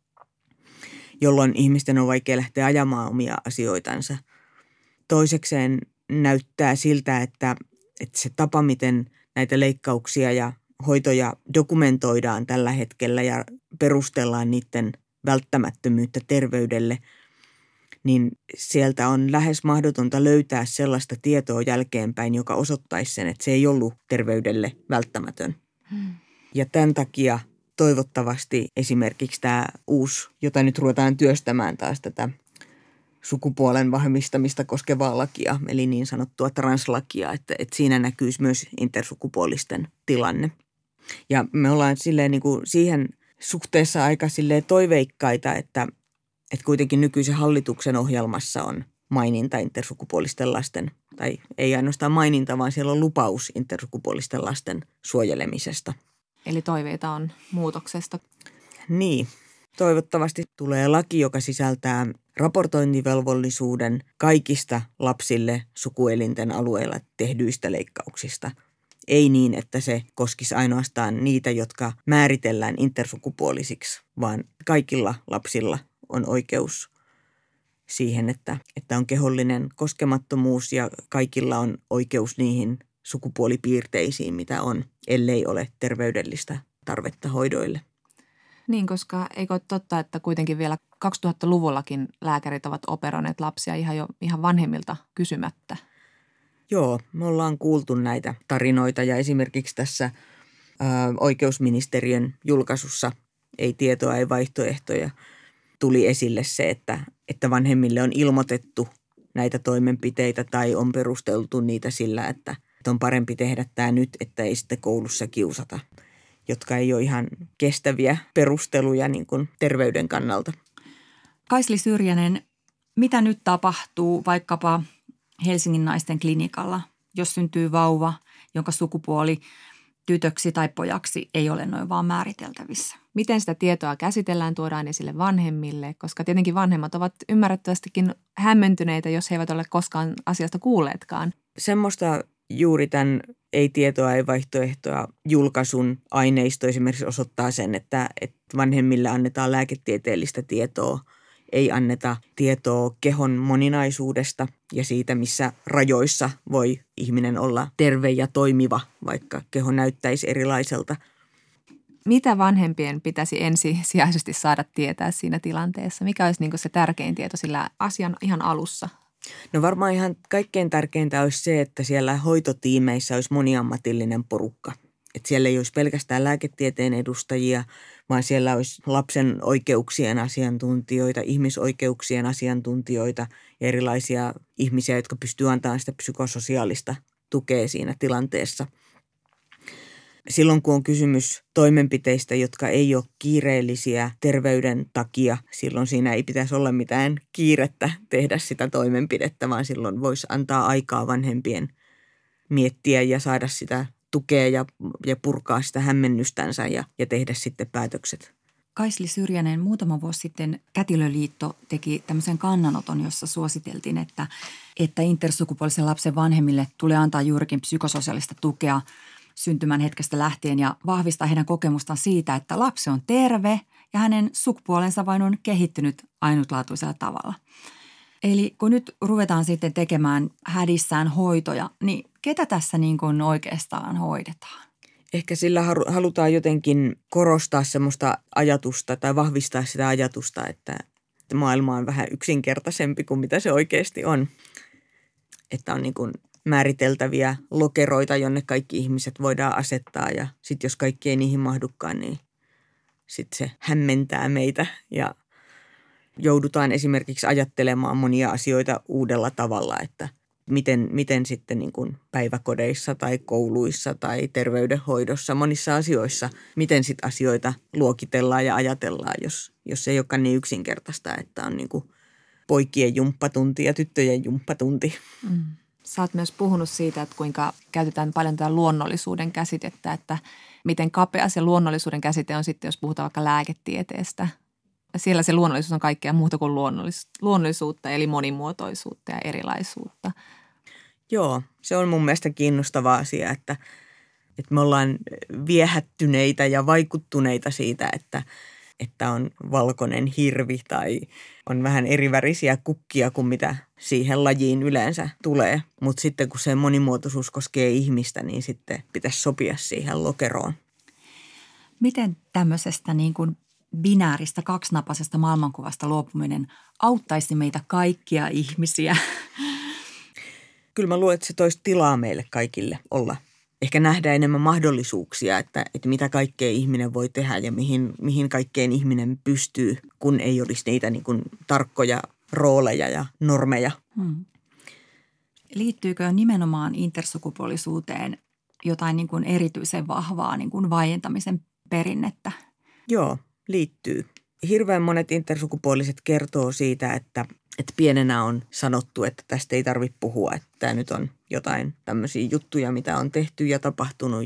jolloin ihmisten on vaikea lähteä ajamaan omia asioitansa. Toisekseen näyttää siltä, että se tapa, miten näitä leikkauksia ja hoitoja dokumentoidaan tällä hetkellä ja perustellaan niiden välttämättömyyttä terveydelle, niin sieltä on lähes mahdotonta löytää sellaista tietoa jälkeenpäin, joka osoittaisi sen, että se ei ollut terveydelle välttämätön. Ja tämän takia toivottavasti esimerkiksi tämä uusi, jota nyt ruvetaan työstämään taas tätä sukupuolen vahvistamista koskevaa lakia, eli niin sanottua translakia, että siinä näkyisi myös intersukupuolisten tilanne. Ja me ollaan silleen niin kuin siihen suhteessa aika silleen toiveikkaita, että kuitenkin nykyisen hallituksen ohjelmassa on maininta intersukupuolisten lasten, tai ei ainoastaan maininta, vaan siellä on lupaus intersukupuolisten lasten suojelemisesta. Eli toiveita on muutoksesta. Niin. Toivottavasti tulee laki, joka sisältää raportointivelvollisuuden kaikista lapsille sukuelinten alueella tehdyistä leikkauksista. Ei niin, että se koskisi ainoastaan niitä, jotka määritellään intersukupuolisiksi, vaan kaikilla lapsilla on oikeus siihen, että on kehollinen koskemattomuus ja kaikilla on oikeus niihin sukupuolipiirteisiin, mitä on, ellei ole terveydellistä tarvetta hoidoille. Niin, koska eikö ole totta, että kuitenkin vielä 2000-luvullakin lääkärit ovat operoineet lapsia ihan vanhemmilta kysymättä? Joo, me ollaan kuultu näitä tarinoita ja esimerkiksi tässä oikeusministeriön julkaisussa Ei tietoa, ei vaihtoehtoja tuli esille se, että vanhemmille on ilmoitettu näitä toimenpiteitä tai on perusteltu niitä sillä, että on parempi tehdä tämä nyt, että ei sitten koulussa kiusata, jotka ei ole ihan kestäviä perusteluja niin kuin terveyden kannalta. Kaisli Syrjänen, mitä nyt tapahtuu vaikkapa Helsingin naisten klinikalla, jos syntyy vauva, jonka sukupuoli tytöksi tai pojaksi ei ole noin vaan määriteltävissä? Miten sitä tietoa käsitellään, tuodaan esille vanhemmille, koska tietenkin vanhemmat ovat ymmärrettävästikin hämmentyneitä, jos he eivät ole koskaan asiasta kuulleetkaan. Semmoista juuri tämän Ei tietoa, ei vaihtoehtoa julkaisun aineisto esimerkiksi osoittaa sen, että vanhemmille annetaan lääketieteellistä tietoa, ei anneta tietoa kehon moninaisuudesta ja siitä, missä rajoissa voi ihminen olla terve ja toimiva, vaikka keho näyttäisi erilaiselta. Mitä vanhempien pitäisi ensisijaisesti saada tietää siinä tilanteessa? Mikä olisi niin kuin se tärkein tieto sillä asian ihan alussa? No varmaan ihan kaikkein tärkeintä olisi se, että siellä hoitotiimeissä olisi moniammatillinen porukka. Että siellä ei olisi pelkästään lääketieteen edustajia, vaan siellä olisi lapsen oikeuksien asiantuntijoita, ihmisoikeuksien asiantuntijoita ja erilaisia ihmisiä, jotka pystyvät antamaan sitä psykososiaalista tukea siinä tilanteessa. Silloin kun on kysymys toimenpiteistä, jotka ei ole kiireellisiä terveyden takia, silloin siinä ei pitäisi olla mitään kiirettä tehdä sitä toimenpidettä, vaan silloin voisi antaa aikaa vanhempien miettiä ja saada sitä tukea ja purkaa sitä hämmennystänsä ja tehdä sitten päätökset. Kaisli Syrjänen, muutama vuosi sitten Kätilöliitto teki tämmöisen kannanoton, jossa suositeltiin, että intersukupuolisen lapsen vanhemmille tulee antaa juurikin psykososiaalista tukea syntymän hetkestä lähtien ja vahvistaa heidän kokemustaan siitä, että lapsi on terve ja hänen sukupuolensa vain on kehittynyt ainutlaatuisella tavalla. Eli kun nyt ruvetaan sitten tekemään hädissään hoitoja, niin ketä tässä niin kuin oikeastaan hoidetaan? Ehkä sillä halutaan jotenkin korostaa semmoista ajatusta tai vahvistaa sitä ajatusta, että maailma on vähän yksinkertaisempi kuin mitä se oikeasti on. Että on niin kuin määriteltäviä lokeroita, jonne kaikki ihmiset voidaan asettaa ja sitten jos kaikki ei niihin mahdukaan, niin sitten se hämmentää meitä ja joudutaan esimerkiksi ajattelemaan monia asioita uudella tavalla, että miten sitten niin kuin päiväkodeissa tai kouluissa tai terveydenhoidossa, monissa asioissa, miten sitten asioita luokitellaan ja ajatellaan, jos ei olekaan niin yksinkertaista, että on niin kuin poikien jumppatunti ja tyttöjen jumppatunti. Mm. Sä oot myös puhunut siitä, että kuinka käytetään paljon tätä luonnollisuuden käsitettä, että miten kapea se luonnollisuuden käsite on sitten, jos puhutaan vaikka lääketieteestä. Siellä se luonnollisuus on kaikkea muuta kuin luonnollisuutta, eli monimuotoisuutta ja erilaisuutta. Joo, se on mun mielestä kiinnostava asia, että me ollaan viehättyneitä ja vaikuttuneita siitä, että että on valkoinen hirvi tai on vähän erivärisiä kukkia kuin mitä siihen lajiin yleensä tulee. Mutta sitten kun se monimuotoisuus koskee ihmistä, niin sitten pitäisi sopia siihen lokeroon. Miten tämmöisestä niin kuin binääristä kaksinapaisesta maailmankuvasta luopuminen auttaisi meitä kaikkia ihmisiä? Kyllä mä luulen, että se toisi tilaa meille kaikille olla. Ehkä nähdä enemmän mahdollisuuksia, että mitä kaikkea ihminen voi tehdä ja mihin kaikkeen ihminen pystyy, kun ei olisi niitä niin kuin tarkkoja rooleja ja normeja. Liittyykö nimenomaan intersukupuolisuuteen jotain niin kuin erityisen vahvaa niin kuin vaientamisen perinnettä? Joo, liittyy. Hirveän monet intersukupuoliset kertoo siitä, että pienenä on sanottu, että tästä ei tarvitse puhua, että tämä nyt on jotain tämmöisiä juttuja, mitä on tehty ja tapahtunut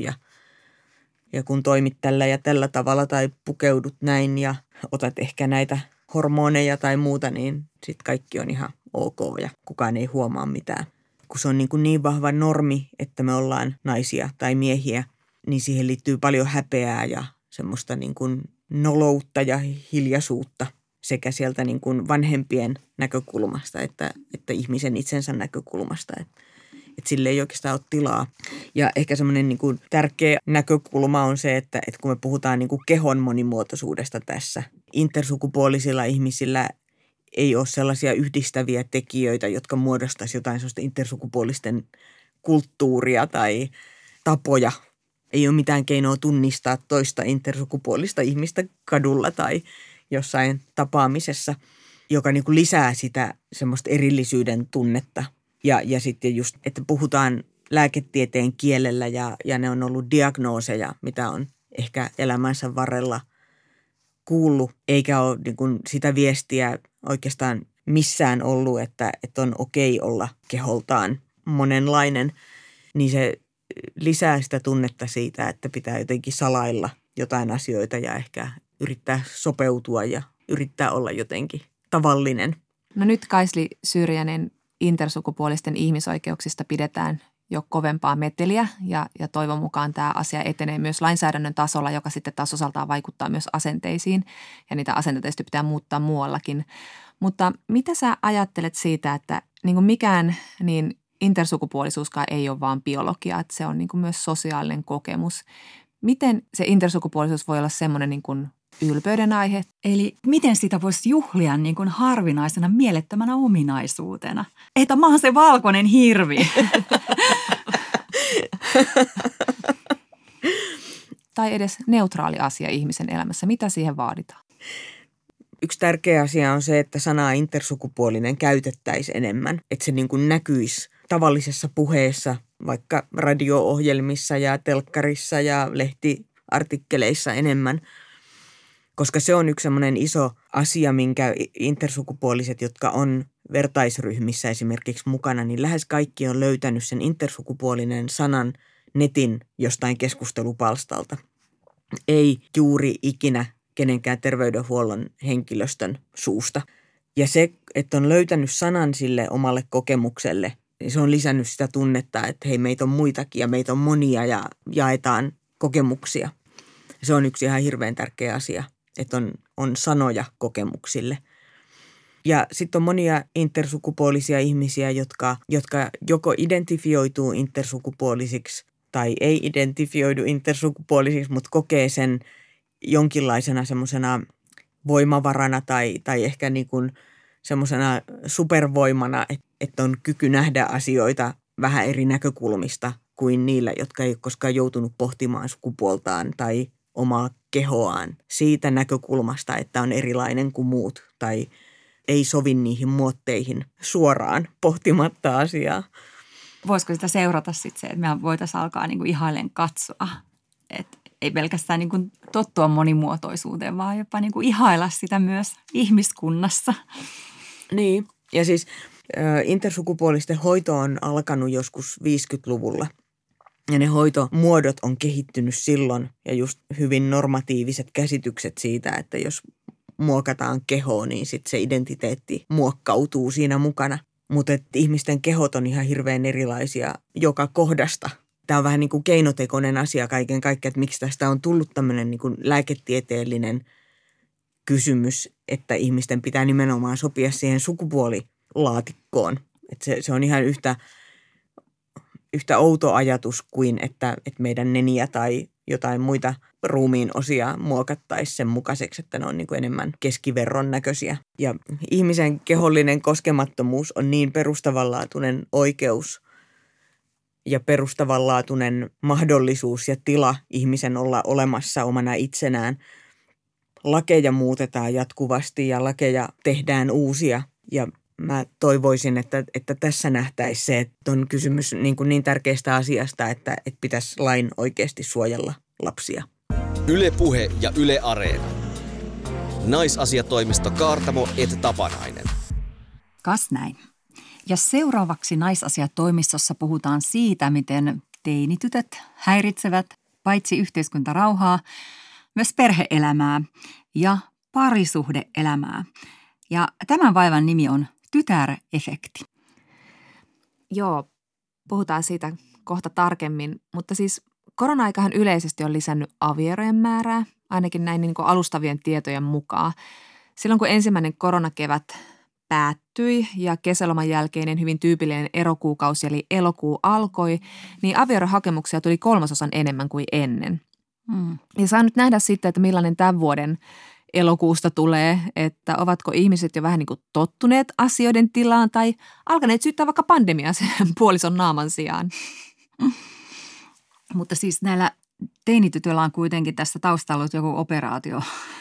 ja kun toimit tällä ja tällä tavalla tai pukeudut näin ja otat ehkä näitä hormoneja tai muuta, niin sitten kaikki on ihan ok ja kukaan ei huomaa mitään. Kun se on niin vahva normi, että me ollaan naisia tai miehiä, niin siihen liittyy paljon häpeää ja semmoista niin kuin noloutta ja hiljaisuutta sekä sieltä niin kuin vanhempien näkökulmasta että ihmisen itsensä näkökulmasta. Että sille ei oikeastaan ole tilaa. Ja ehkä semmoinen niin kuin tärkeä näkökulma on se, että kun me puhutaan niin kuin kehon monimuotoisuudesta tässä, intersukupuolisilla ihmisillä ei ole sellaisia yhdistäviä tekijöitä, jotka muodostaisi jotain sellaista intersukupuolisten kulttuuria tai tapoja. Ei ole mitään keinoa tunnistaa toista intersukupuolista ihmistä kadulla tai jossain tapaamisessa, joka niin kuin lisää sitä semmoista erillisyyden tunnetta. Ja sitten just, että puhutaan lääketieteen kielellä ja ne on ollut diagnooseja, mitä on ehkä elämänsä varrella kuullut, eikä ole niin kuin sitä viestiä oikeastaan missään ollut, että on okei olla keholtaan monenlainen, niin se lisää sitä tunnetta siitä, että pitää jotenkin salailla jotain asioita ja ehkä yrittää sopeutua ja yrittää olla jotenkin tavallinen. No nyt Kaisli Syrjänen, intersukupuolisten ihmisoikeuksista pidetään jo kovempaa meteliä ja toivon mukaan tämä asia etenee myös lainsäädännön tasolla, joka sitten taas osaltaan vaikuttaa myös asenteisiin ja niitä asenteita pitää muuttaa muuallakin. Mutta mitä sä ajattelet siitä, että niin kuin mikään niin intersukupuolisuuskaan ei ole vaan biologia, että se on niin kuin myös sosiaalinen kokemus. Miten se intersukupuolisuus voi olla semmoinen niin kuin ylpeyden aihe? Eli miten sitä voisi juhlia niin kuin harvinaisena, mielettömänä ominaisuutena? Että mä oon se valkoinen hirvi. Tai edes neutraali asia ihmisen elämässä. Mitä siihen vaaditaan? Yksi tärkeä asia on se, että sanaa intersukupuolinen käytettäisiin enemmän. Että se niin kuin näkyisi tavallisessa puheessa, vaikka radio-ohjelmissa ja telkkarissa ja lehtiartikkeleissa enemmän. Koska se on yksi semmoinen iso asia, minkä intersukupuoliset, jotka on vertaisryhmissä esimerkiksi mukana, niin lähes kaikki on löytänyt sen intersukupuolinen sanan netin jostain keskustelupalstalta. Ei juuri ikinä kenenkään terveydenhuollon henkilöstön suusta. Ja se, että on löytänyt sanan sille omalle kokemukselle, niin se on lisännyt sitä tunnetta, että hei, meitä on muitakin ja meitä on monia ja jaetaan kokemuksia. Se on yksi ihan hirveän tärkeä asia, että on sanoja kokemuksille. Ja sitten on monia intersukupuolisia ihmisiä, jotka joko identifioituu intersukupuolisiksi tai ei identifioidu intersukupuolisiksi, mutta kokee sen jonkinlaisena semmoisena voimavarana tai ehkä niin kuin semmoisena supervoimana, että on kyky nähdä asioita vähän eri näkökulmista kuin niillä, jotka ei ole koskaan joutunut pohtimaan sukupuoltaan tai omaa kehoaan siitä näkökulmasta, että on erilainen kuin muut tai ei sovi niihin muotteihin suoraan pohtimatta asiaa. Voisiko sitä seurata sitten se, että me voitaisiin alkaa niinku ihailen katsoa, että ei pelkästään niinku tottua monimuotoisuuteen, vaan jopa niinku ihailla sitä myös ihmiskunnassa. Niin, ja siis intersukupuolisten hoito on alkanut joskus 50-luvulla. Ja ne hoitomuodot on kehittynyt silloin ja just hyvin normatiiviset käsitykset siitä, että jos muokataan kehoa, niin sitten se identiteetti muokkautuu siinä mukana. Mutta ihmisten kehot on ihan hirveän erilaisia joka kohdasta. Tämä on vähän niin kuin keinotekoinen asia kaiken kaikkiaan, että miksi tästä on tullut tämmöinen niin kuin lääketieteellinen kysymys, että ihmisten pitää nimenomaan sopia siihen sukupuolilaatikkoon. Että se on ihan yhtä outo ajatus kuin, että meidän neniä tai jotain muita ruumiin osia muokattaisiin sen mukaiseksi, että ne on niin kuin enemmän keskiverron näköisiä. Ja ihmisen kehollinen koskemattomuus on niin perustavanlaatuinen oikeus ja perustavanlaatuinen mahdollisuus ja tila ihmisen olla olemassa omana itsenään. Lakeja muutetaan jatkuvasti ja lakeja tehdään uusia ja mä toivoisin, että tässä nähtäisiin se, että on kysymys niin tärkeästä asiasta, että pitäisi lain oikeasti suojella lapsia. Yle Puhe ja Yle Areena. Naisasiatoimisto Kaartamo et Tapanainen. Kas näin. Ja seuraavaksi naisasiatoimistossa puhutaan siitä, miten teinitytöt häiritsevät paitsi yhteiskuntarauhaa, myös perhe-elämää ja parisuhde-elämää. Ja tämän vaivan nimi on tytärefekti. Joo, puhutaan siitä kohta tarkemmin, mutta siis korona-aikahan yleisesti on lisännyt avioerojen määrää, ainakin näin niin kuin alustavien tietojen mukaan. Silloin kun ensimmäinen koronakevät päättyi ja kesäloman jälkeinen hyvin tyypillinen erokuukausi eli elokuu alkoi, niin avioerohakemuksia tuli 3/3 enemmän kuin ennen. Ja saa nyt nähdä sitten, että millainen tämän vuoden elokuusta tulee, että ovatko ihmiset jo vähän niin kuin tottuneet asioiden tilaan tai alkaneet syyttää vaikka pandemiaa sen puolison naaman sijaan. Mutta siis näillä teinitytöillä on kuitenkin tässä taustalla ollut joku operaatio.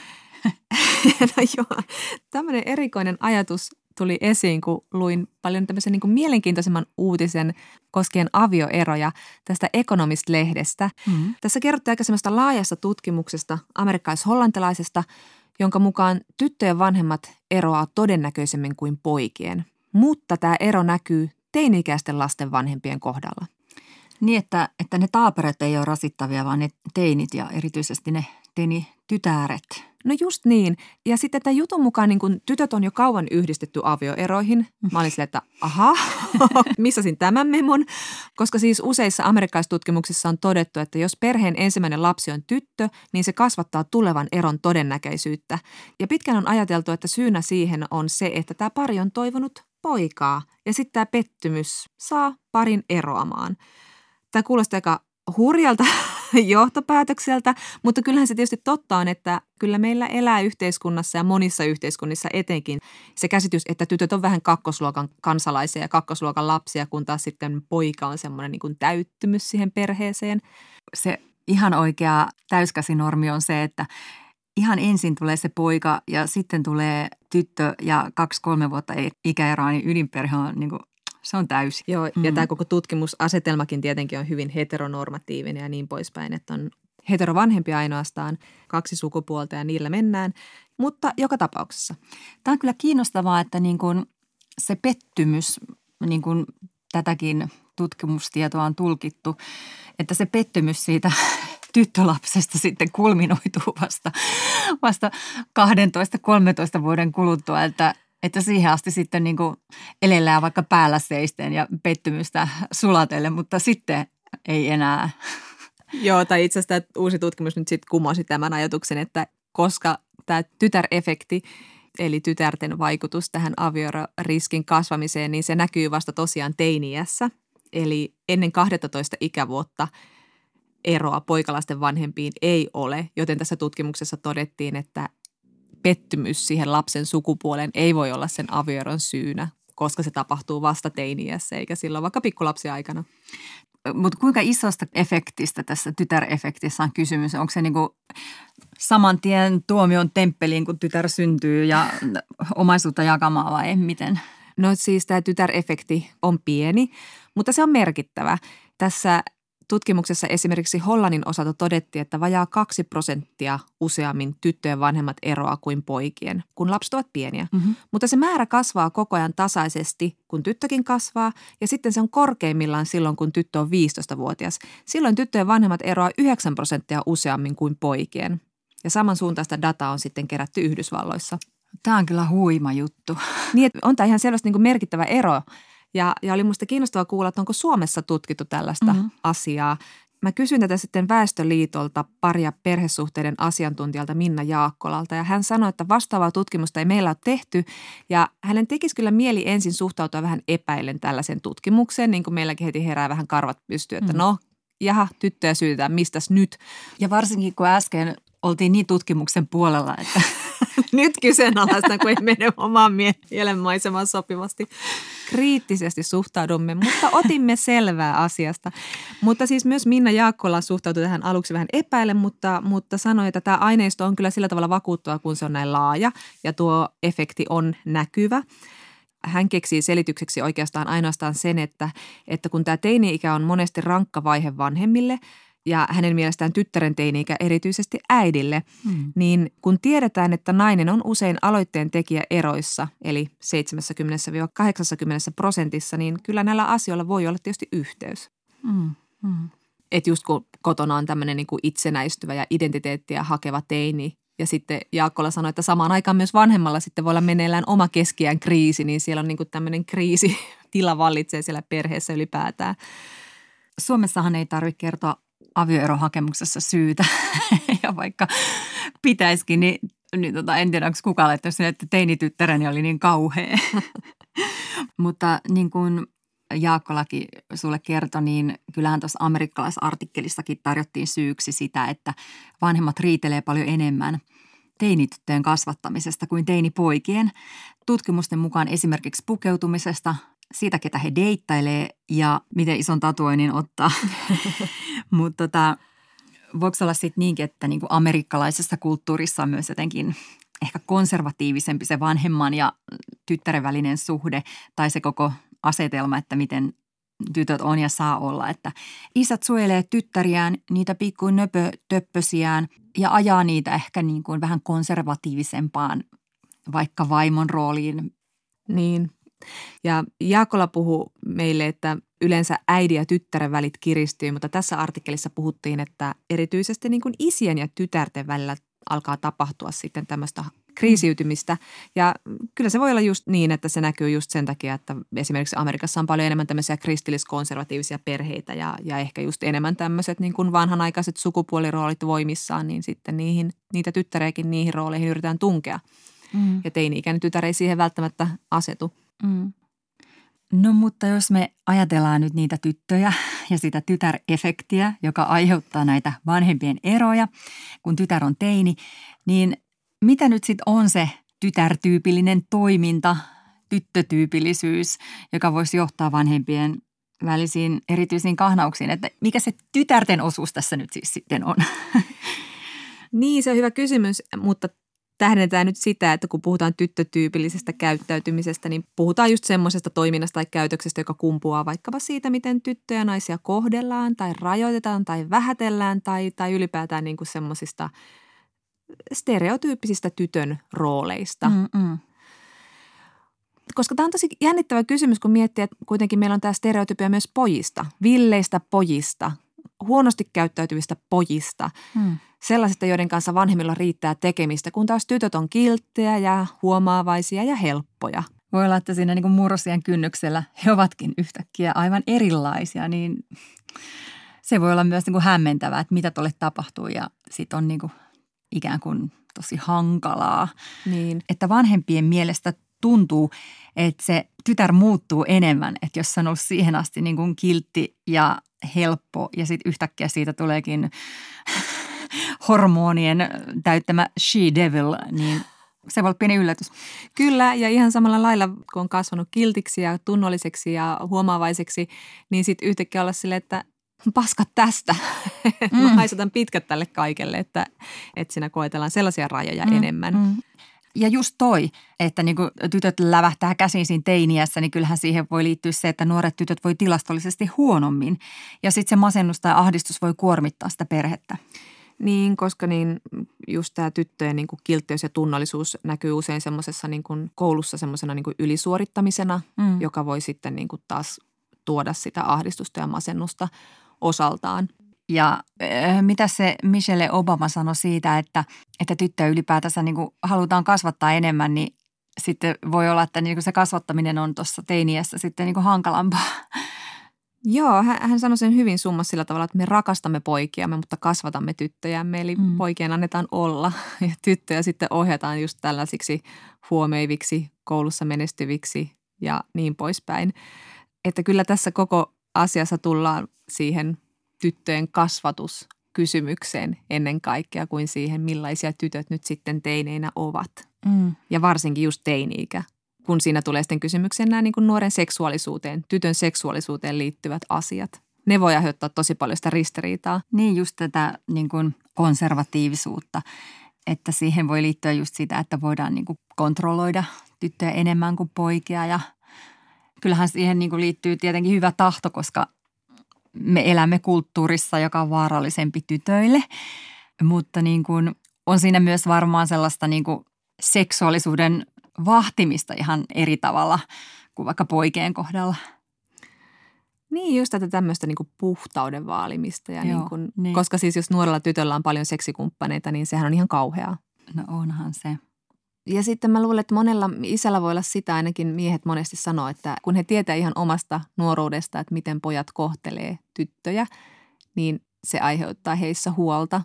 No joo, tämmöinen erikoinen ajatus tuli esiin, kun luin paljon tämmöisen niin kuin mielenkiintoisemman uutisen koskien avioeroja tästä Economist-lehdestä. Tässä kerrottiin aika semmoista laajasta tutkimuksesta amerikkais-hollantilaisesta, jonka mukaan tyttöjen vanhemmat eroaa todennäköisemmin kuin poikien. Mutta tämä ero näkyy teini-ikäisten lasten vanhempien kohdalla. Niin, että ne taaperet ei ole rasittavia, vaan ne teinit ja erityisesti ne teinitytäret. No just niin. Ja sitten tämän jutun mukaan niin kun tytöt on jo kauan yhdistetty avioeroihin. Mä olin silleen, että aha, missasin tämän memon. Koska siis useissa amerikkalaistutkimuksissa on todettu, että jos perheen ensimmäinen lapsi on tyttö, niin se kasvattaa tulevan eron todennäköisyyttä. Ja pitkään on ajateltu, että syynä siihen on se, että tämä pari on toivonut poikaa. Ja sitten tämä pettymys saa parin eroamaan. Tämä kuulostaa aika hurjalta johtopäätökseltä, mutta kyllähän se tietysti totta on, että kyllä meillä elää yhteiskunnassa ja monissa yhteiskunnissa etenkin se käsitys, että tytöt on vähän kakkosluokan kansalaisia ja kakkosluokan lapsia, kun taas sitten poika on semmoinen niin kuin täyttymys siihen perheeseen. Se ihan oikea täyskäsinormi on se, että ihan ensin tulee se poika ja sitten tulee tyttö ja 2-3 vuotta ikäeroa, niin ydinperhe on niin kuin se on täysin. Joo, ja tämä koko tutkimusasetelmakin tietenkin on hyvin heteronormatiivinen ja niin poispäin, että on heterovanhempia ainoastaan 2 sukupuolta ja niillä mennään, mutta joka tapauksessa. Tämä on kyllä kiinnostavaa, että niin kuin se pettymys, niin kuin tätäkin tutkimustietoa on tulkittu, että se pettymys siitä tyttölapsesta sitten kulminoituu vasta 12-13 vuoden kuluttua, että siihen asti sitten niin kuin elellään vaikka päällä seisten ja pettymystä sulatelle, mutta sitten ei enää. Joo, tai itse asiassa tämä uusi tutkimus nyt sitten kumosi tämän ajatuksen, että koska tämä tytärefekti, eli tytärten vaikutus tähän avioeroriskin kasvamiseen, niin se näkyy vasta tosiaan teini-iässä. Eli ennen 12 ikävuotta eroa poikalasten vanhempiin ei ole, joten tässä tutkimuksessa todettiin, että pettymys siihen lapsen sukupuoleen ei voi olla sen avioeron syynä, koska se tapahtuu vasta teini-iässä eikä silloin vaikka pikkulapsia aikana. Mutta kuinka isosta efektistä tässä tytärefektissä on kysymys? Onko se niinku saman tien tuomion temppeliin, kun tytär syntyy ja omaisuutta jakamaan vai miten? No siis tämä tytärefekti on pieni, mutta se on merkittävä. Tässä tutkimuksessa esimerkiksi Hollannin osalta todettiin, että vajaa 2% useammin tyttöjen vanhemmat eroaa kuin poikien, kun lapset ovat pieniä. Mutta se määrä kasvaa koko ajan tasaisesti, kun tyttökin kasvaa, ja sitten se on korkeimmillaan silloin, kun tyttö on 15-vuotias. Silloin tyttöjen vanhemmat eroaa 9% useammin kuin poikien. Ja samansuuntaista dataa on sitten kerätty Yhdysvalloissa. Tämä on kyllä huima juttu. Niin, että on tämä ihan selvästi niin kuin merkittävä ero. Ja oli minusta kiinnostavaa kuulla, että onko Suomessa tutkittu tällaista asiaa. mä kysyin tätä sitten Väestöliitolta pari- ja perhesuhteiden asiantuntijalta Minna Jaakkolalta ja hän sanoi, että vastaavaa tutkimusta ei meillä ole tehty ja hänen tekisi kyllä mieli ensin suhtautua vähän epäillen tällaisen tutkimukseen, niin kuin meilläkin heti herää vähän karvat pystyyn, että no, jaha, tyttöjä syytetään, mistäs nyt? Ja varsinkin kun äsken oltiin niin tutkimuksen puolella, että nyt kyseenalaista, kun ei mene omaan mielenmaisemaan sopivasti. Kriittisesti suhtaudumme, mutta otimme selvää asiasta. Mutta siis myös Minna Jaakkola suhtautui tähän aluksi vähän epäillen, mutta sanoi, että tämä aineisto on kyllä sillä tavalla vakuuttava, kun se on näin laaja ja tuo efekti on näkyvä. Hän keksii selitykseksi oikeastaan ainoastaan sen, että kun tämä teini-ikä on monesti rankka vaihe vanhemmille ja hänen mielestään tyttären teini-ikä erityisesti äidille, niin kun tiedetään, että nainen on usein aloitteen tekijä eroissa, eli 70-80%, niin kyllä näillä asioilla voi olla tietysti yhteys. Että just kun kotona on tämmöinen niin kuin itsenäistyvä ja identiteettiä hakeva teini, ja sitten Jaakkola sanoi, että samaan aikaan myös vanhemmalla sitten voi olla meneillään oma keskiään kriisi, niin siellä on niin kuin tämmöinen kriisitila vallitsee siellä perheessä ylipäätään. Suomessahan ei tarvitse kertoa avioerohakemuksessa syytä ja vaikka pitäisikin, niin en tiedä, onko kukaan laittanut sinne, että teinityttäreni oli niin kauhea. Mutta niin kuin Jaakkolakin sulle kertoi, niin kyllähän tuossa amerikkalaisartikkelissakin tarjottiin syyksi sitä, että vanhemmat riitelee paljon enemmän teinityttöjen kasvattamisesta kuin teinipoikien. Tutkimusten mukaan esimerkiksi pukeutumisesta, siitä ketä he deittailee ja miten ison tatuoinnin ottaa. Mutta voiko olla sitten niinkin, että niinku amerikkalaisessa kulttuurissa on myös jotenkin ehkä konservatiivisempi se vanhemman ja tyttären välinen suhde tai se koko asetelma, että miten tytöt on ja saa olla, että isät suojelee tyttäriään, niitä pikkuin nöpötöppösiään ja ajaa niitä ehkä niin kuin vähän konservatiivisempaan vaikka vaimon rooliin. Niin. Ja Jaakola puhui meille, että yleensä äidin ja tyttären välit kiristyy, mutta tässä artikkelissa puhuttiin, että erityisesti niin kuin isien ja tytärten välillä alkaa tapahtua sitten tämmöistä kriisiytymistä. Ja kyllä se voi olla just niin, että se näkyy just sen takia, että esimerkiksi Amerikassa on paljon enemmän tämmöisiä kristilliskonservatiivisia perheitä ja ehkä just enemmän tämmöiset niin kuin vanhanaikaiset sukupuoliroolit voimissaan, niin sitten niitä tyttäreikin niihin rooleihin yritetään tunkea. Ja teini-ikäinen tytär ei siihen välttämättä asetu. No mutta jos me ajatellaan nyt niitä tyttöjä ja sitä tytärefektiä, joka aiheuttaa näitä vanhempien eroja, kun tytär on teini, niin mitä nyt sitten on se tytärtyypillinen toiminta, tyttötyypillisyys, joka voisi johtaa vanhempien välisiin erityisiin kahnauksiin, että mikä se tytärten osuus tässä nyt siis sitten on? Niin, se on hyvä kysymys, mutta tähdennetään nyt sitä, että kun puhutaan tyttötyypillisestä käyttäytymisestä, niin puhutaan just semmoisesta toiminnasta tai käytöksestä, joka kumpuaa vaikkapa siitä, miten tyttöjä ja naisia kohdellaan tai rajoitetaan tai vähätellään tai ylipäätään niin kuin semmoisista stereotyyppisistä tytön rooleista. Koska tämä on tosi jännittävä kysymys, kun miettii, että kuitenkin meillä on tämä stereotypia myös pojista, villeistä pojista, huonosti käyttäytyvistä pojista, sellaisista, joiden kanssa vanhemmilla riittää tekemistä, kun taas tytöt on kilttejä ja huomaavaisia ja helppoja. Voi olla, että siinä niin kuin murrosiän kynnyksellä he ovatkin yhtäkkiä aivan erilaisia, niin se voi olla myös niin kuin hämmentävää, että mitä tuolle tapahtuu ja sitten on niin kuin ikään kuin tosi hankalaa. Niin. Että vanhempien mielestä tuntuu, että se tytär muuttuu enemmän, että jos se on ollut siihen asti niin kuin kiltti ja helppo ja sitten yhtäkkiä siitä tuleekin hormonien täyttämä she-devil, niin se voi olla pieni yllätys. Kyllä, ja ihan samalla lailla, kun on kasvanut kiltiksi ja tunnolliseksi ja huomaavaiseksi, niin sitten yhtäkkiä olla silleen, että paskat tästä. Mä haisatan pitkät tälle kaikelle, että siinä koetellaan sellaisia rajoja enemmän. Ja just toi, että niin kun tytöt lävähtää käsiin siinä teiniässä, niin kyllähän siihen voi liittyä se, että nuoret tytöt voi tilastollisesti huonommin. Ja sitten se masennus tai ahdistus voi kuormittaa sitä perhettä. Niin, koska niin just tämä tyttöjen niin kuin kiltteys ja tunnollisuus näkyy usein semmoisessa niin kuin koulussa semmoisena niin kuin ylisuorittamisena, joka voi sitten niin kuin taas tuoda sitä ahdistusta ja masennusta osaltaan. Ja mitä se Michelle Obama sanoi siitä, että tyttöjä ylipäätänsä niin kuin halutaan kasvattaa enemmän, niin sitten voi olla, että niin kuin se kasvattaminen on tuossa teiniässä sitten niin kuin hankalampaa. Joo, hän sanoi sen hyvin summassa sillä tavalla, että me rakastamme poikiamme, mutta kasvatamme tyttöjämme. Eli poikien annetaan olla ja tyttöjä sitten ohjataan just tällaisiksi huomeiviksi, koulussa menestyviksi ja niin poispäin. Että kyllä tässä koko asiassa tullaan siihen tyttöjen kasvatuskysymykseen ennen kaikkea kuin siihen, millaisia tytöt nyt sitten teineinä ovat. Ja varsinkin just teini-ikä, kun siinä tulee sitten kysymykseen nämä niin kuin nuoren seksuaalisuuteen, tytön seksuaalisuuteen liittyvät asiat. Ne voi aiheuttaa tosi paljon sitä ristiriitaa. Niin just tätä niin kuin konservatiivisuutta, että siihen voi liittyä just sitä, että voidaan niin kuin kontrolloida tyttöjä enemmän kuin poikia ja kyllähän siihen niin kuin liittyy tietenkin hyvä tahto, koska me elämme kulttuurissa, joka on vaarallisempi tytöille, mutta niin kuin on siinä myös varmaan sellaista niin kuin seksuaalisuuden vahtimista ihan eri tavalla kuin vaikka poikien kohdalla. Niin, just tätä tämmöistä niin kuin puhtauden vaalimista. Ja niin. Koska siis jos nuorella tytöllä on paljon seksikumppaneita, niin sehän on ihan kauheaa. No onhan se. Ja sitten mä luulen, että monella isällä voi olla sitä, ainakin miehet monesti sanoo, että kun he tietää ihan omasta nuoruudesta, että miten pojat kohtelee tyttöjä, niin se aiheuttaa heissä huolta.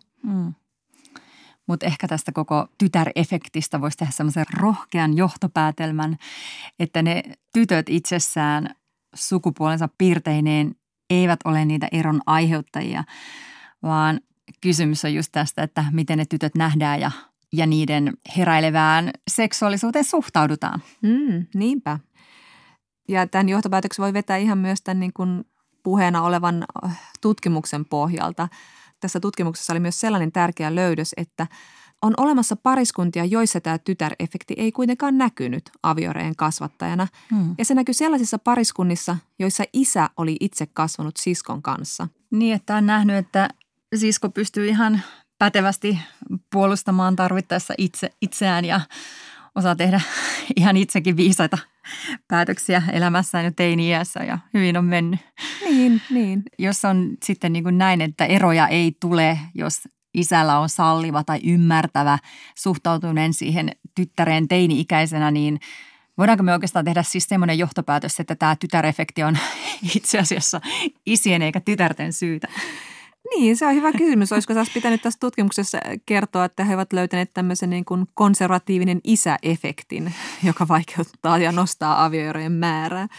Mutta ehkä tästä koko tytärefektistä voisi tehdä semmoisen rohkean johtopäätelmän, että ne tytöt itsessään sukupuolensa piirteineen eivät ole niitä eron aiheuttajia, vaan kysymys on just tästä, että miten ne tytöt nähdään ja niiden heräilevään seksuaalisuuteen suhtaudutaan. Niinpä. Ja tämän johtopäätöksen voi vetää ihan myös tämän niin kuin puheena olevan tutkimuksen pohjalta. Tässä tutkimuksessa oli myös sellainen tärkeä löydös, että on olemassa pariskuntia, joissa tämä tytärefekti ei kuitenkaan näkynyt avioereen kasvattajana. Ja se näkyi sellaisissa pariskunnissa, joissa isä oli itse kasvanut siskon kanssa. Niin, että on nähnyt, että sisko pystyy ihan pätevästi puolustamaan tarvittaessa itseään ja osaa tehdä ihan itsekin viisaita päätöksiä elämässään jo teini-iässä ja hyvin on mennyt. Niin. Jos on sitten niin kuin näin, että eroja ei tule, jos isällä on salliva tai ymmärtävä suhtautuminen siihen tyttäreen teini-ikäisenä, niin voidaanko me oikeastaan tehdä siis semmoinen johtopäätös, että tämä tytärefekti on itse asiassa isien eikä tytärten syytä? Niin, se on hyvä kysymys. Olisiko taas pitänyt tässä tutkimuksessa kertoa, että he ovat löytäneet tämmöisen niin kuin konservatiivinen isäefektin, joka vaikeuttaa ja nostaa avioerojen määrää.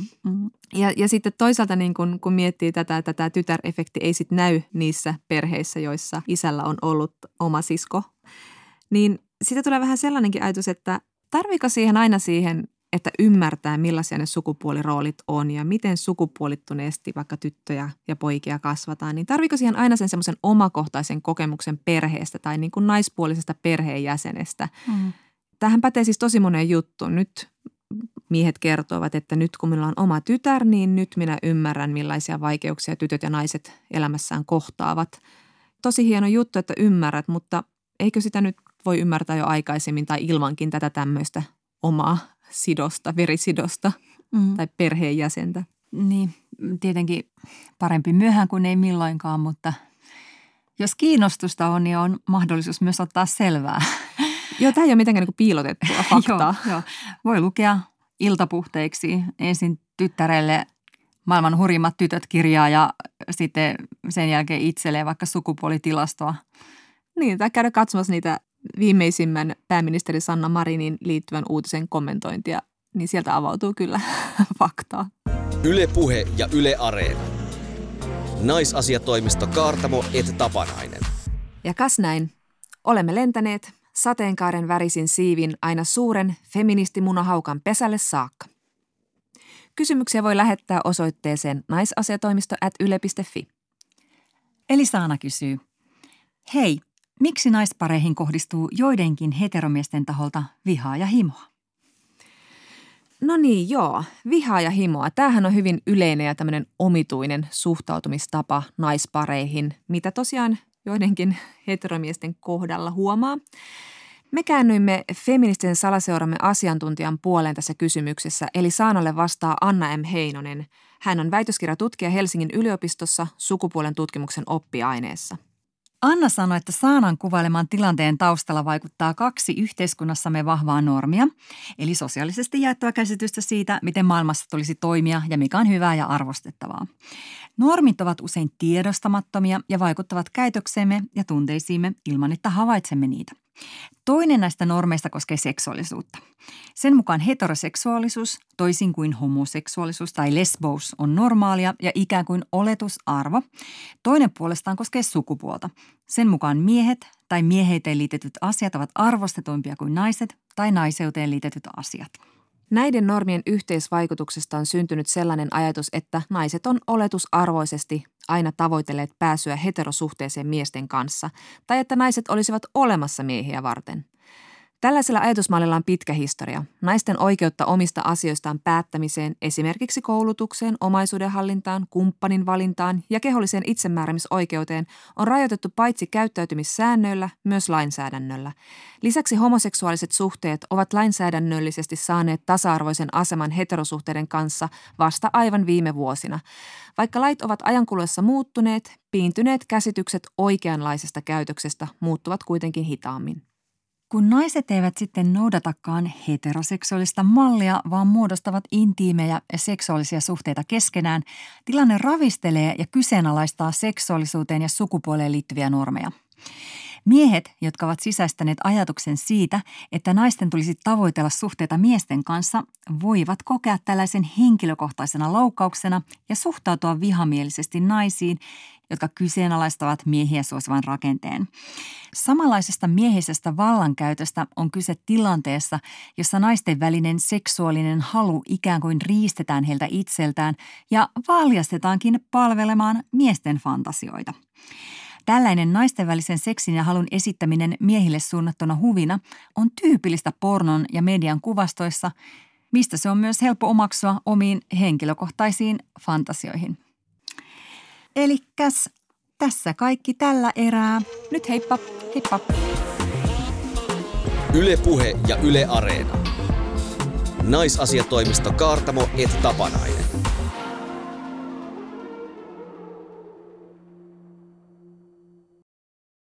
Ja sitten toisaalta niin kun miettii tätä, että tämä tytärefekti ei sitten näy niissä perheissä, joissa isällä on ollut oma sisko, niin siitä tulee vähän sellainenkin ajatus, että tarviiko siihen aina siihen, että ymmärtää millaisia ne sukupuoliroolit on ja miten sukupuolittuneesti vaikka tyttöjä ja poikia kasvataan, niin tarviiko siihen aina sen semmoisen omakohtaisen kokemuksen perheestä tai niin kuin naispuolisesta perheenjäsenestä. Tämähän pätee siis tosi moneen juttuun. Nyt miehet kertovat, että nyt kun minulla on oma tytär, niin nyt minä ymmärrän millaisia vaikeuksia tytöt ja naiset elämässään kohtaavat. Tosi hieno juttu, että ymmärrät, mutta eikö sitä nyt voi ymmärtää jo aikaisemmin tai ilmankin tätä tämmöistä omaa sidosta, verisidosta tai perheenjäsentä. Niin, tietenkin parempi myöhään kuin ei milloinkaan, mutta jos kiinnostusta on, niin on mahdollisuus myös ottaa selvää. Joo, tämä ei ole mitenkään niin kuin piilotettua faktaa. Joo. Voi lukea iltapuhteiksi ensin tyttärelle maailman hurjimmat tytöt -kirjaa ja sitten sen jälkeen itselleen vaikka sukupuolitilastoa. Niin, tai käydä katsomassa niitä viimeisimmän pääministeri Sanna Marinin liittyvän uutisen kommentointia, niin sieltä avautuu kyllä faktaa. Yle Puhe ja Yle Areena. Naisasiatoimisto Kaartamo et Tapanainen. Ja kas näin. Olemme lentäneet sateenkaaren värisin siivin aina suuren feministimunahaukan pesälle saakka. Kysymyksiä voi lähettää osoitteeseen naisasiatoimisto@yle.fi. Eli Saana kysyy. Hei, miksi naispareihin kohdistuu joidenkin heteromiesten taholta vihaa ja himoa? No niin, joo. Vihaa ja himoa. Tämähän on hyvin yleinen ja tämmöinen omituinen suhtautumistapa naispareihin, mitä tosiaan joidenkin heteromiesten kohdalla huomaa. Me käännyimme feministisen salaseuramme asiantuntijan puoleen tässä kysymyksessä, eli Saanalle vastaa Anna M. Heinonen. Hän on väitöskirjatutkija Helsingin yliopistossa sukupuolen tutkimuksen oppiaineessa. Anna sanoi, että Saanan kuvaileman tilanteen taustalla vaikuttaa 2 yhteiskunnassamme vahvaa normia, eli sosiaalisesti jaettua käsitystä siitä, miten maailmassa tulisi toimia ja mikä on hyvää ja arvostettavaa. Normit ovat usein tiedostamattomia ja vaikuttavat käytökseemme ja tunteisiimme ilman, että havaitsemme niitä. Toinen näistä normeista koskee seksuaalisuutta. Sen mukaan heteroseksuaalisuus, toisin kuin homoseksuaalisuus tai lesbous, on normaalia ja ikään kuin oletusarvo. Toinen puolestaan koskee sukupuolta. Sen mukaan miehet tai mieheyteen liitetyt asiat ovat arvostetuimpia kuin naiset tai naiseuteen liitetyt asiat. Näiden normien yhteisvaikutuksesta on syntynyt sellainen ajatus, että naiset on oletusarvoisesti aina tavoitelleet pääsyä heterosuhteeseen miesten kanssa, tai että naiset olisivat olemassa miehiä varten. Tällaisella ajatusmallilla on pitkä historia. Naisten oikeutta omista asioistaan päättämiseen, esimerkiksi koulutukseen, omaisuuden hallintaan, kumppanin valintaan ja keholliseen itsemääräämisoikeuteen on rajoitettu paitsi käyttäytymissäännöillä, myös lainsäädännöllä. Lisäksi homoseksuaaliset suhteet ovat lainsäädännöllisesti saaneet tasa-arvoisen aseman heterosuhteiden kanssa vasta aivan viime vuosina. Vaikka lait ovat ajankuluessa muuttuneet, piintyneet käsitykset oikeanlaisesta käytöksestä muuttuvat kuitenkin hitaammin. Kun naiset eivät sitten noudatakaan heteroseksuaalista mallia, vaan muodostavat intiimejä ja seksuaalisia suhteita keskenään, tilanne ravistelee ja kyseenalaistaa seksuaalisuuteen ja sukupuoleen liittyviä normeja. Miehet, jotka ovat sisäistäneet ajatuksen siitä, että naisten tulisi tavoitella suhteita miesten kanssa, voivat kokea tällaisen henkilökohtaisena loukkauksena ja suhtautua vihamielisesti naisiin, jotka kyseenalaistavat miehiä suosivan rakenteen. Samanlaisesta miehisestä vallankäytöstä on kyse tilanteessa, jossa naisten välinen seksuaalinen halu ikään kuin riistetään heiltä itseltään ja valjastetaankin palvelemaan miesten fantasioita. Tällainen naisten välisen seksin ja halun esittäminen miehille suunnattuna huvina on tyypillistä pornon ja median kuvastoissa, mistä se on myös helppo omaksua omiin henkilökohtaisiin fantasioihin. Elikkäs tässä kaikki tällä erää. Nyt heippa, heippa. Yle Puhe ja Yle Areena. Naisasiatoimisto Kaartamo et Tapanainen.